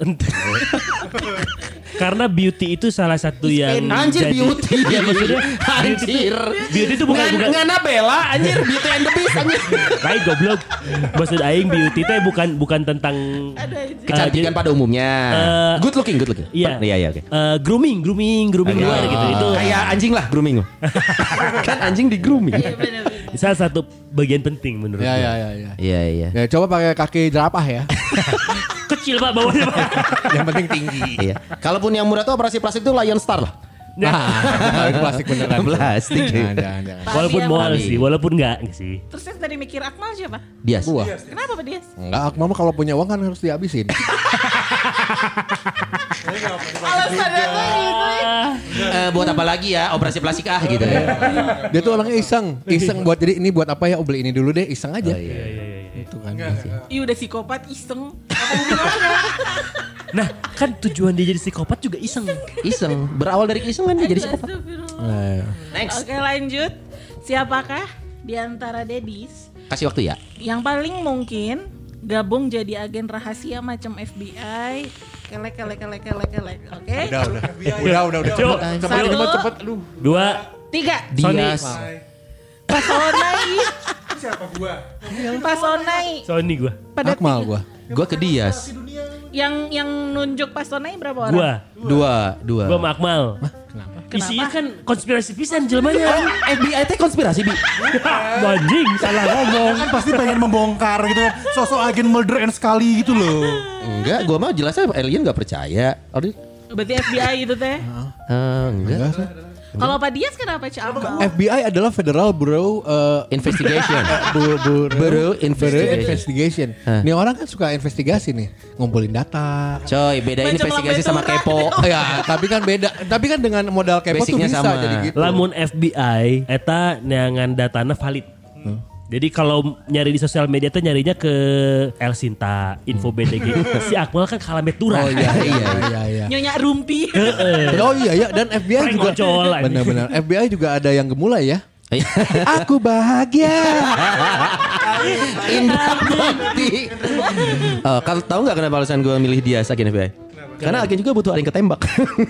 Speaker 2: karena beauty itu salah satu yang
Speaker 1: Anjir beauty.
Speaker 2: Ya maksudnya
Speaker 1: Anjir.
Speaker 2: beauty itu bukan
Speaker 1: Ngana Bella anjir Beauty and the Beast anjir.
Speaker 2: lain goblok. Maksud aing beauty itu bukan tentang
Speaker 1: Kecantikan pada umumnya. Good looking.
Speaker 2: Iya.
Speaker 1: Iya oke.
Speaker 2: grooming luar gitu. Itu
Speaker 1: Kayak anjing lah grooming. Kan anjing di grooming.
Speaker 2: salah satu bagian penting menurut
Speaker 3: Ya.
Speaker 2: gue.
Speaker 1: Iya.
Speaker 3: Ya coba pakai kaki jerapah ya.
Speaker 2: Kecil Pak bawahnya Pak.
Speaker 3: Yang penting tinggi.
Speaker 1: Iya. Kalaupun yang murah tuh operasi plastik tuh Lion Star lah.
Speaker 3: Nah, itu plastik beneran.
Speaker 1: Plastik.
Speaker 3: Jangan.
Speaker 2: Walaupun
Speaker 6: Abi,
Speaker 2: mall
Speaker 1: Abi.
Speaker 2: sih, walaupun enggak sih.
Speaker 6: Terus yang tadi mikir Akmal siapa?
Speaker 1: Dias.
Speaker 3: Gua.
Speaker 6: Kenapa Pak Dias?
Speaker 3: Enggak, mama kalau punya uang kan harus dihabisin.
Speaker 6: Alasannya tuh gitu ya.
Speaker 1: Buat apa lagi ya operasi plastik gitu.
Speaker 3: Dia tuh orangnya iseng buat jadi ini buat apa ya? Oh, beli ini dulu deh, iseng aja. Itu kan.
Speaker 6: Ih udah psikopat iseng. Apa hubungannya?
Speaker 2: Nah, kan tujuan dia jadi psikopat juga iseng.
Speaker 1: Iseng. Berawal dari iseng kan dia jadi psikopat.
Speaker 6: Astagfirullah.
Speaker 1: Next.
Speaker 6: Oke lanjut. Siapakah di antara dedis
Speaker 1: Kasih waktu ya.
Speaker 6: yang paling mungkin gabung jadi agen rahasia macam FBI? Kelek. Oke.
Speaker 3: Udah.
Speaker 2: Coba,
Speaker 3: Cepet. Aduh.
Speaker 2: 2,
Speaker 6: 3.
Speaker 1: Dias.
Speaker 6: Pasonai.
Speaker 5: Siapa gua?
Speaker 6: Pasonai.
Speaker 2: Sony gua.
Speaker 6: Pada
Speaker 3: Akmal
Speaker 6: 3.
Speaker 3: gua.
Speaker 1: Gua ke Dias.
Speaker 6: Yang nunjuk Pasonai berapa orang?
Speaker 2: Gua
Speaker 1: Dua.
Speaker 2: sama Akmal. Isinya kan konspirasi pisan jelmanya.
Speaker 1: FBI teh konspirasi bi.
Speaker 2: Anjing, salah ngomong.
Speaker 5: Kan pasti pengen membongkar gitu kan. Sosok agen Mulder and Scully gitu loh.
Speaker 1: Enggak, gua mah jelasnya alien gak percaya.
Speaker 6: Berarti FBI gitu teh.
Speaker 1: Enggak.
Speaker 6: Kalau Pak Dias kenapa Amal?
Speaker 3: FBI adalah Federal Bureau
Speaker 1: Investigation.
Speaker 3: Bureau
Speaker 1: Investigation.
Speaker 3: Investigation. Nih orang kan suka investigasi nih, ngumpulin data.
Speaker 1: Coy, bedain
Speaker 6: Macam
Speaker 1: investigasi sama
Speaker 6: lambe
Speaker 1: kepo.
Speaker 3: Ya, tapi kan beda. Tapi kan dengan modal kepo tuh
Speaker 1: Basicnya
Speaker 3: bisa
Speaker 1: sama.
Speaker 3: jadi gitu.
Speaker 2: Lamun FBI eta neangan datana valid. Jadi kalau nyari di sosial media tuh nyarinya ke El Sinta, Info BDG. Si Akmal kan kalamet turah.
Speaker 3: Oh iya iya.
Speaker 6: Nyonya Rumpi.
Speaker 3: Oh iya ya, dan FBI
Speaker 2: Prank
Speaker 3: juga
Speaker 2: ngocol, anjing.
Speaker 3: benar-benar FBI juga ada yang gemulai ya.
Speaker 1: Iya.
Speaker 3: Aku bahagia.
Speaker 1: Indra Bakti. Kalau tahu nggak kenapa alasan gue milih dia agen FBI? Karena agen juga butuh ada yang ketembak.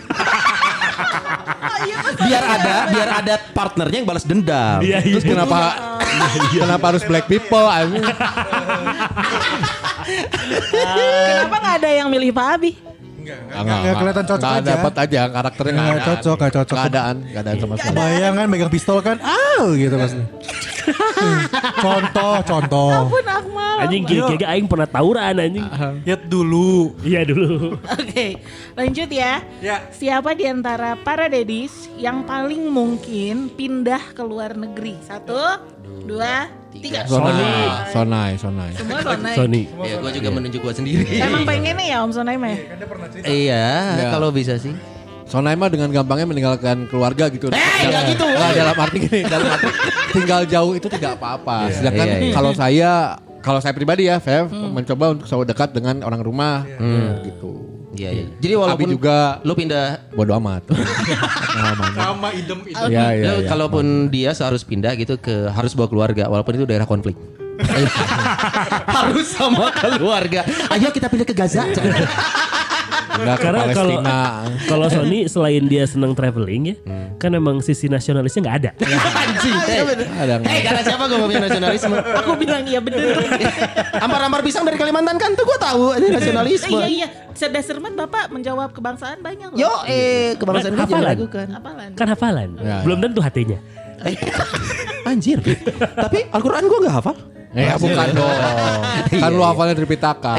Speaker 1: biar ada partnernya yang balas dendam.
Speaker 2: Iya,
Speaker 3: Terus kenapa harus black people?
Speaker 6: Kenapa nggak ada yang milih Pak Abi?
Speaker 5: Enggak kelihatan cocok
Speaker 3: Nggak
Speaker 5: aja.
Speaker 3: dapat aja karakternya nggak
Speaker 5: Nggak cocok, nggak cocok.
Speaker 3: Nggak adaan sama sekali.
Speaker 5: Bayang kan megang pistol kan, gitu pasti. Contoh.
Speaker 6: Ampun Akmal.
Speaker 2: Anjing gigi aing pernah tawuran anjing.
Speaker 5: Lihat dulu.
Speaker 2: Iya dulu.
Speaker 6: Oke, lanjut ya.
Speaker 5: Ya.
Speaker 6: Siapa di antara para dedis yang paling mungkin pindah ke luar negeri? 1, 2, 3.
Speaker 3: Sonai.
Speaker 6: Semua Sonai.
Speaker 2: Sony.
Speaker 1: Ya, gue juga menunjuk gue sendiri.
Speaker 6: Emang pengennya ya Om Sonai mah?
Speaker 1: Iya,
Speaker 3: Ya.
Speaker 1: kalau bisa sih.
Speaker 3: Sonai mah dengan gampangnya meninggalkan keluarga gitu.
Speaker 1: nggak gitu.
Speaker 3: Nggak, dalam arti gini, dalam arti tinggal jauh itu tidak apa-apa. Sedangkan
Speaker 1: Iya.
Speaker 3: kalau saya pribadi ya, Fev, mencoba untuk selalu dekat dengan orang rumah, gitu.
Speaker 1: Iya. Jadi walaupun
Speaker 3: Abi juga
Speaker 1: lu pindah,
Speaker 3: bodo amat.
Speaker 5: Sama idem.
Speaker 3: Iya, iya.
Speaker 1: lu kalaupun dia harus pindah gitu harus bawa keluarga, walaupun itu daerah konflik. Harus sama keluarga. Ayo kita pindah ke Gaza.
Speaker 3: Enggak ke
Speaker 2: Karena
Speaker 3: Palestina.
Speaker 2: kalau Sony selain dia senang traveling ya, kan emang sisi nasionalisnya nggak ada.
Speaker 1: Anjing.
Speaker 3: Ada nggak?
Speaker 1: Karena siapa gue ngomongin nasionalisme?
Speaker 6: Aku bilang iya bener.
Speaker 1: Ampar-ampar pisang dari Kalimantan kan tuh gue tahu ini nasionalisme.
Speaker 6: Iya. Cerdas cermat Bapak menjawab kebangsaan banyak loh.
Speaker 1: Yo, kebangsaan gue jangan
Speaker 2: Hafalan.
Speaker 1: lakukan.
Speaker 6: Apalan?
Speaker 2: Kan hafalan.
Speaker 3: Ya,
Speaker 2: Belum tentu hatinya.
Speaker 1: Anjir. Tapi Al-Quran gue gak hafal.
Speaker 3: Ya bukan dong. Kan lu hafalnya dari Pitaka.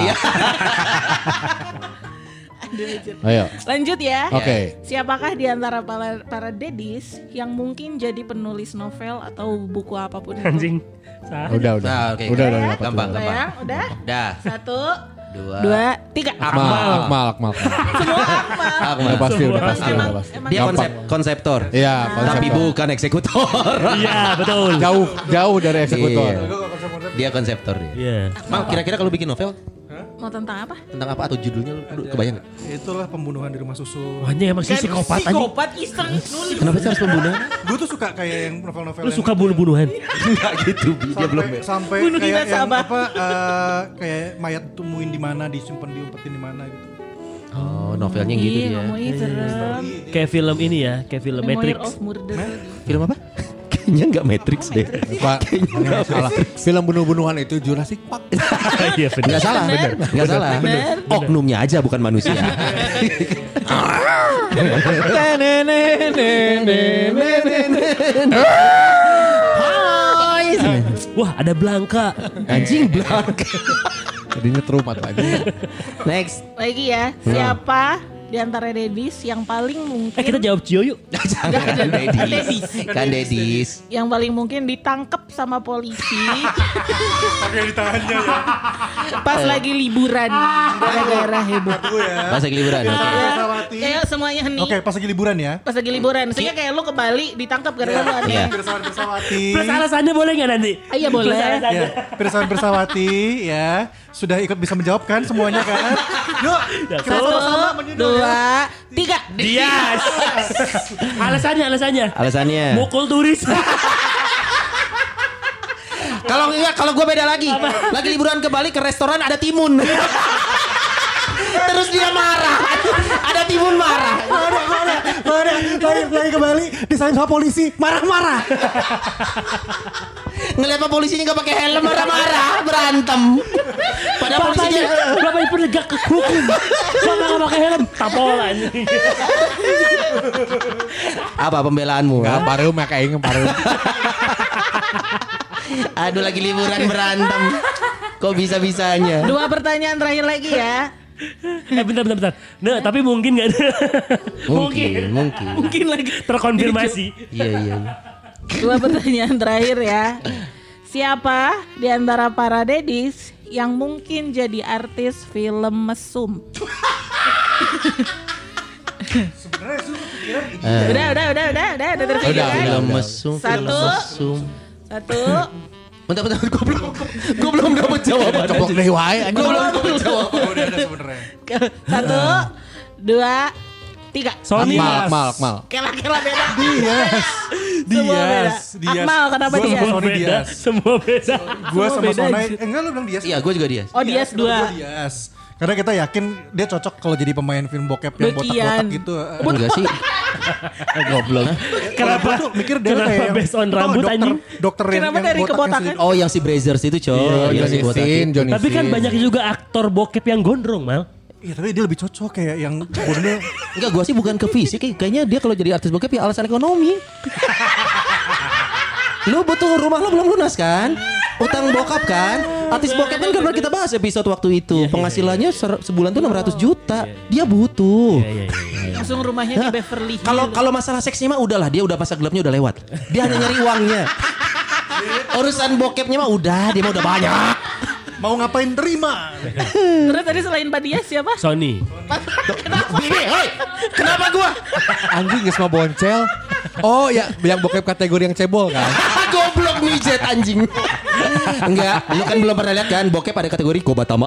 Speaker 3: Ayo.
Speaker 6: Lanjut ya.
Speaker 3: Oke.
Speaker 6: Siapakah di antara para dedis yang mungkin jadi penulis novel atau buku apapun itu?
Speaker 2: Anjing. Sah.
Speaker 3: Udah.
Speaker 1: Nah, oke.
Speaker 3: Udah dapat.
Speaker 1: Gampang.
Speaker 6: Sayang, udah?
Speaker 1: Dah.
Speaker 6: 1,
Speaker 1: 2,
Speaker 6: 2, 3.
Speaker 3: Akmal.
Speaker 6: Semua Akmal.
Speaker 3: Udah pasti.
Speaker 6: Emang
Speaker 1: Dia konseptor.
Speaker 3: Iya,
Speaker 1: Tapi
Speaker 3: konseptor.
Speaker 1: bukan eksekutor.
Speaker 2: Iya betul.
Speaker 3: Jauh dari eksekutor.
Speaker 1: Iya. Dia konseptor dia.
Speaker 2: Iya.
Speaker 1: Mal, kira-kira kalau bikin novel
Speaker 6: Mau tentang apa?
Speaker 1: tentang apa atau judulnya lu kebayang gak?
Speaker 5: Itulah pembunuhan di rumah susu.
Speaker 2: Wahnya emang sih psikopat anjing.
Speaker 6: Psikopat iseng nulis.
Speaker 1: Kenapa sih harus pembunuhan?
Speaker 5: Gue tuh suka kayak yang novel-novel
Speaker 2: Lu
Speaker 5: yang
Speaker 2: suka bunuh-bunuhan?
Speaker 1: Enggak gitu, dia belum.
Speaker 5: sampai
Speaker 6: Bunuh
Speaker 5: kayak
Speaker 6: diri
Speaker 5: yang
Speaker 6: sama.
Speaker 5: apa kayak mayat temuin di mana, disimpan diumpetin di mana gitu.
Speaker 1: Oh, novelnya gitu
Speaker 6: Iya,
Speaker 1: dia.
Speaker 6: ngomongin serem.
Speaker 2: Kayak film ini ya, kayak film
Speaker 6: Memoir
Speaker 2: Matrix.
Speaker 6: of Murder.
Speaker 1: Film apa? Kayaknya enggak Matrix deh.
Speaker 3: Pak, salah. Film bunuh-bunuhan itu Jurassic Park.
Speaker 2: Iya benar.
Speaker 1: Enggak salah,
Speaker 6: Bener.
Speaker 1: enggak salah.
Speaker 6: Bener.
Speaker 1: Oknumnya aja bukan manusia.
Speaker 2: Wah ada Blanka.
Speaker 1: Anjing belak.
Speaker 3: Jadinya terumat lagi.
Speaker 1: Next.
Speaker 6: Lagi ya, siapa di antara dedis yang paling mungkin
Speaker 2: Kita jawab Cio yuk.
Speaker 1: Jangan kan Dedis. Kan Dedis.
Speaker 6: yang paling mungkin ditangkap sama polisi
Speaker 5: Pakai di tangannya ya.
Speaker 6: pas lagi liburan gara-gara heboh.
Speaker 1: Pas lagi liburan. Oke.
Speaker 5: Bersawati.
Speaker 6: Kayak semuanya hening.
Speaker 5: Oke, pas lagi liburan ya.
Speaker 6: Pas lagi liburan, maksudnya kayak lu ke Bali ditangkap gara-gara lu
Speaker 1: Iya.
Speaker 6: aneh.
Speaker 5: Bersawati.
Speaker 2: Plus alasannya boleh nggak nanti?
Speaker 6: Iya boleh.
Speaker 5: Ya, Pirsawan Bersawati ya sudah ikut bisa menjawab kan semuanya kan? Yuk, kita sama-sama
Speaker 6: 1,
Speaker 5: menjudul ya.
Speaker 6: 2, 3.
Speaker 2: Dias. Alasannya.
Speaker 1: Alasannya.
Speaker 2: Mukul turis.
Speaker 1: Kalau enggak, kalau gue beda lagi. Lagi liburan ke Bali ke restoran ada timun. Terus dia marah. Ada timun marah.
Speaker 5: Lagi ke Bali disayang sama polisi marah-marah.
Speaker 1: Ngeliat pak polisinya nggak pakai helm marah-marah berantem. Padahal polisinya
Speaker 2: Bapak penegak hukum. Bapak nggak pakai helm. Tapolan.
Speaker 1: apa pembelaanmu?
Speaker 3: Enggak, parum ya kayak parum.
Speaker 1: Aduh lagi liburan berantem. Kok bisa-bisanya?
Speaker 6: 2 pertanyaan terakhir lagi ya.
Speaker 2: Bentar. Nah, tapi mungkin gak ada.
Speaker 1: Mungkin.
Speaker 6: Mungkin lagi.
Speaker 2: Terkonfirmasi.
Speaker 1: Iya.
Speaker 6: 2 pertanyaan terakhir ya. Siapa di antara para dedis yang mungkin jadi artis film mesum?
Speaker 5: Sebenarnya itu pikiran
Speaker 6: Udah terpikir kan?
Speaker 1: Film mesum.
Speaker 6: Satu.
Speaker 1: Bentar, gue belum dapat jawaban.
Speaker 3: Coba deh wae anjing.
Speaker 1: Gue belum dapat jawaban.
Speaker 5: udah ada sebenarnya.
Speaker 6: 1, 2, 3.
Speaker 2: Sony.
Speaker 3: Akmal.
Speaker 6: Kela beda.
Speaker 5: Dias.
Speaker 6: Akmal, kenapa
Speaker 5: Gua
Speaker 6: Dias?
Speaker 5: sama Sony Dias.
Speaker 2: Semua beda.
Speaker 5: Gue sama
Speaker 6: beda,
Speaker 5: Sonai.
Speaker 6: anjir.
Speaker 5: Enggak lu bilang Dias.
Speaker 1: Iya, gue juga dia.
Speaker 6: Oh Dias 2.
Speaker 5: Dias. Karena kita yakin dia cocok kalau jadi pemain film bokep yang botak-botak
Speaker 6: Bekian.
Speaker 5: gitu.
Speaker 1: Enggak sih. Goblok.
Speaker 2: Kenapa?
Speaker 5: Gua tuh mikir dia
Speaker 2: Kenapa
Speaker 5: kayak
Speaker 2: based on rambut,
Speaker 5: dokter,
Speaker 2: anjing?
Speaker 5: dokter
Speaker 6: Kenapa
Speaker 5: yang
Speaker 6: dari
Speaker 5: botak
Speaker 6: kebotakan?
Speaker 5: yang
Speaker 1: Oh, yang si Brazers itu, coy. Yang si botak itu.
Speaker 3: Johnny
Speaker 2: Tapi kan
Speaker 3: Sins.
Speaker 2: banyak juga aktor bokep yang gondrong, Mal.
Speaker 5: Iya tapi dia lebih cocok kayak yang bondel.
Speaker 1: Enggak, gue sih bukan ke fisik. Kayaknya dia kalau jadi artis bokep ya alasan ekonomi. Lu butuh rumah lu belum lunas kan? Utang bokap kan? Artis bokep kan pernah kita bahas episode waktu itu. Penghasilannya sebulan tuh 600 juta. Dia butuh.
Speaker 6: Langsung rumahnya di Beverly Hills.
Speaker 1: Kalau masalah seksnya mah udahlah, dia udah masa gelapnya udah lewat. Dia hanya nyari uangnya. Urusan bokepnya mah udah, dia mah udah banyak.
Speaker 5: Mau ngapain terima?
Speaker 6: Terus tadi selain Mbak Dias siapa?
Speaker 2: Sony.
Speaker 1: Bibi, hoi, kenapa gua?
Speaker 3: Anjing geus mah boncel. Oh ya, yang bokep kategori yang cebol kan.
Speaker 1: Goblok mijet anjing. Enggak, lu kan belum pernah lihat kan bokep ada kategori Kobatama.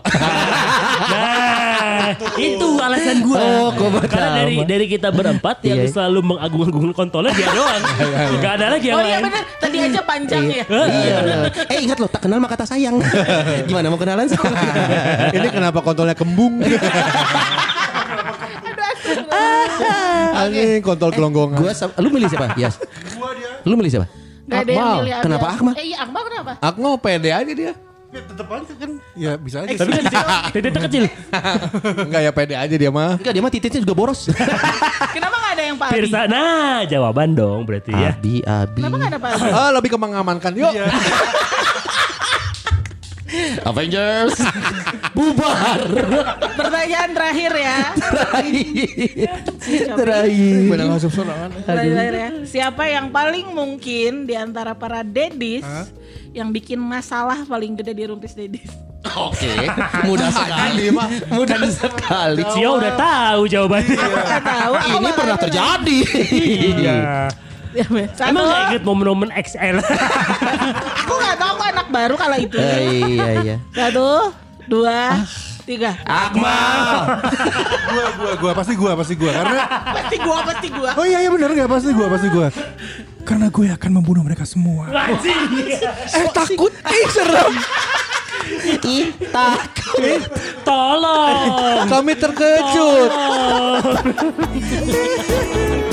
Speaker 2: Nah, itu alasan gua.
Speaker 1: Oh, Kobatama.
Speaker 2: Karena dari kita berempat yang
Speaker 1: Iya.
Speaker 2: selalu mengagung-agungkan kontolnya dia doang. Gak ada lagi yang
Speaker 6: Oh iya
Speaker 2: lain.
Speaker 6: benar, tadi aja panjang ya.
Speaker 1: Iya. Ingat lo, tak kenal maka tak sayang. Gimana mau kenalan sama?
Speaker 3: Ini kenapa kontolnya kembung? Anjing kontol gelonggongan.
Speaker 1: Lu milih siapa? Yes. Lu milih siapa?
Speaker 6: Gak ada yang
Speaker 3: Akmal.
Speaker 6: milih Akmal.
Speaker 1: Kenapa Akmal?
Speaker 6: Iya Akmal kenapa?
Speaker 3: Akmal pede aja dia.
Speaker 5: Ya tetep aja kan. Ya bisa aja.
Speaker 2: Tapi kan titiknya kecil.
Speaker 3: Enggak ya pede aja dia mah.
Speaker 1: Enggak, dia mah titiknya juga boros.
Speaker 6: Kenapa gak ada yang Pak Abi?
Speaker 2: Pirsa, nah jawaban dong berarti ya.
Speaker 1: Abi.
Speaker 6: Kenapa gak ada Pak Abi?
Speaker 3: Lebih ke mengamankan. Yuk.
Speaker 1: Avengers. Bubar.
Speaker 6: Pertanyaan terakhir ya.
Speaker 1: Terakhir.
Speaker 3: Benang asup sorangan.
Speaker 6: Terakhir ya. Siapa yang paling mungkin di antara para dedis yang bikin masalah paling gede di Rumpis Dedis?
Speaker 1: Oke. Mudah sekali. Mudah sekali.
Speaker 2: Cio udah tahu jawabannya.
Speaker 6: Gak tahu. aku
Speaker 1: Ini
Speaker 6: makanya
Speaker 1: pernah
Speaker 6: nanya.
Speaker 1: terjadi.
Speaker 2: Iya.
Speaker 6: Ya, Satu.
Speaker 2: Emang gak inget momen-momen XL?
Speaker 6: Aku gak tahu aku anak baru kalau itu.
Speaker 1: Iya.
Speaker 6: 1, 2, 3.
Speaker 1: Akmal.
Speaker 5: Pasti gua karena
Speaker 6: Pasti gua.
Speaker 5: oh iya benar enggak pasti gua. Karena gue akan membunuh mereka semua.
Speaker 2: Anjing.
Speaker 3: Takut. Serem.
Speaker 1: Ih, takut.
Speaker 2: Tolong.
Speaker 3: Kami terkejut.
Speaker 2: Tolong.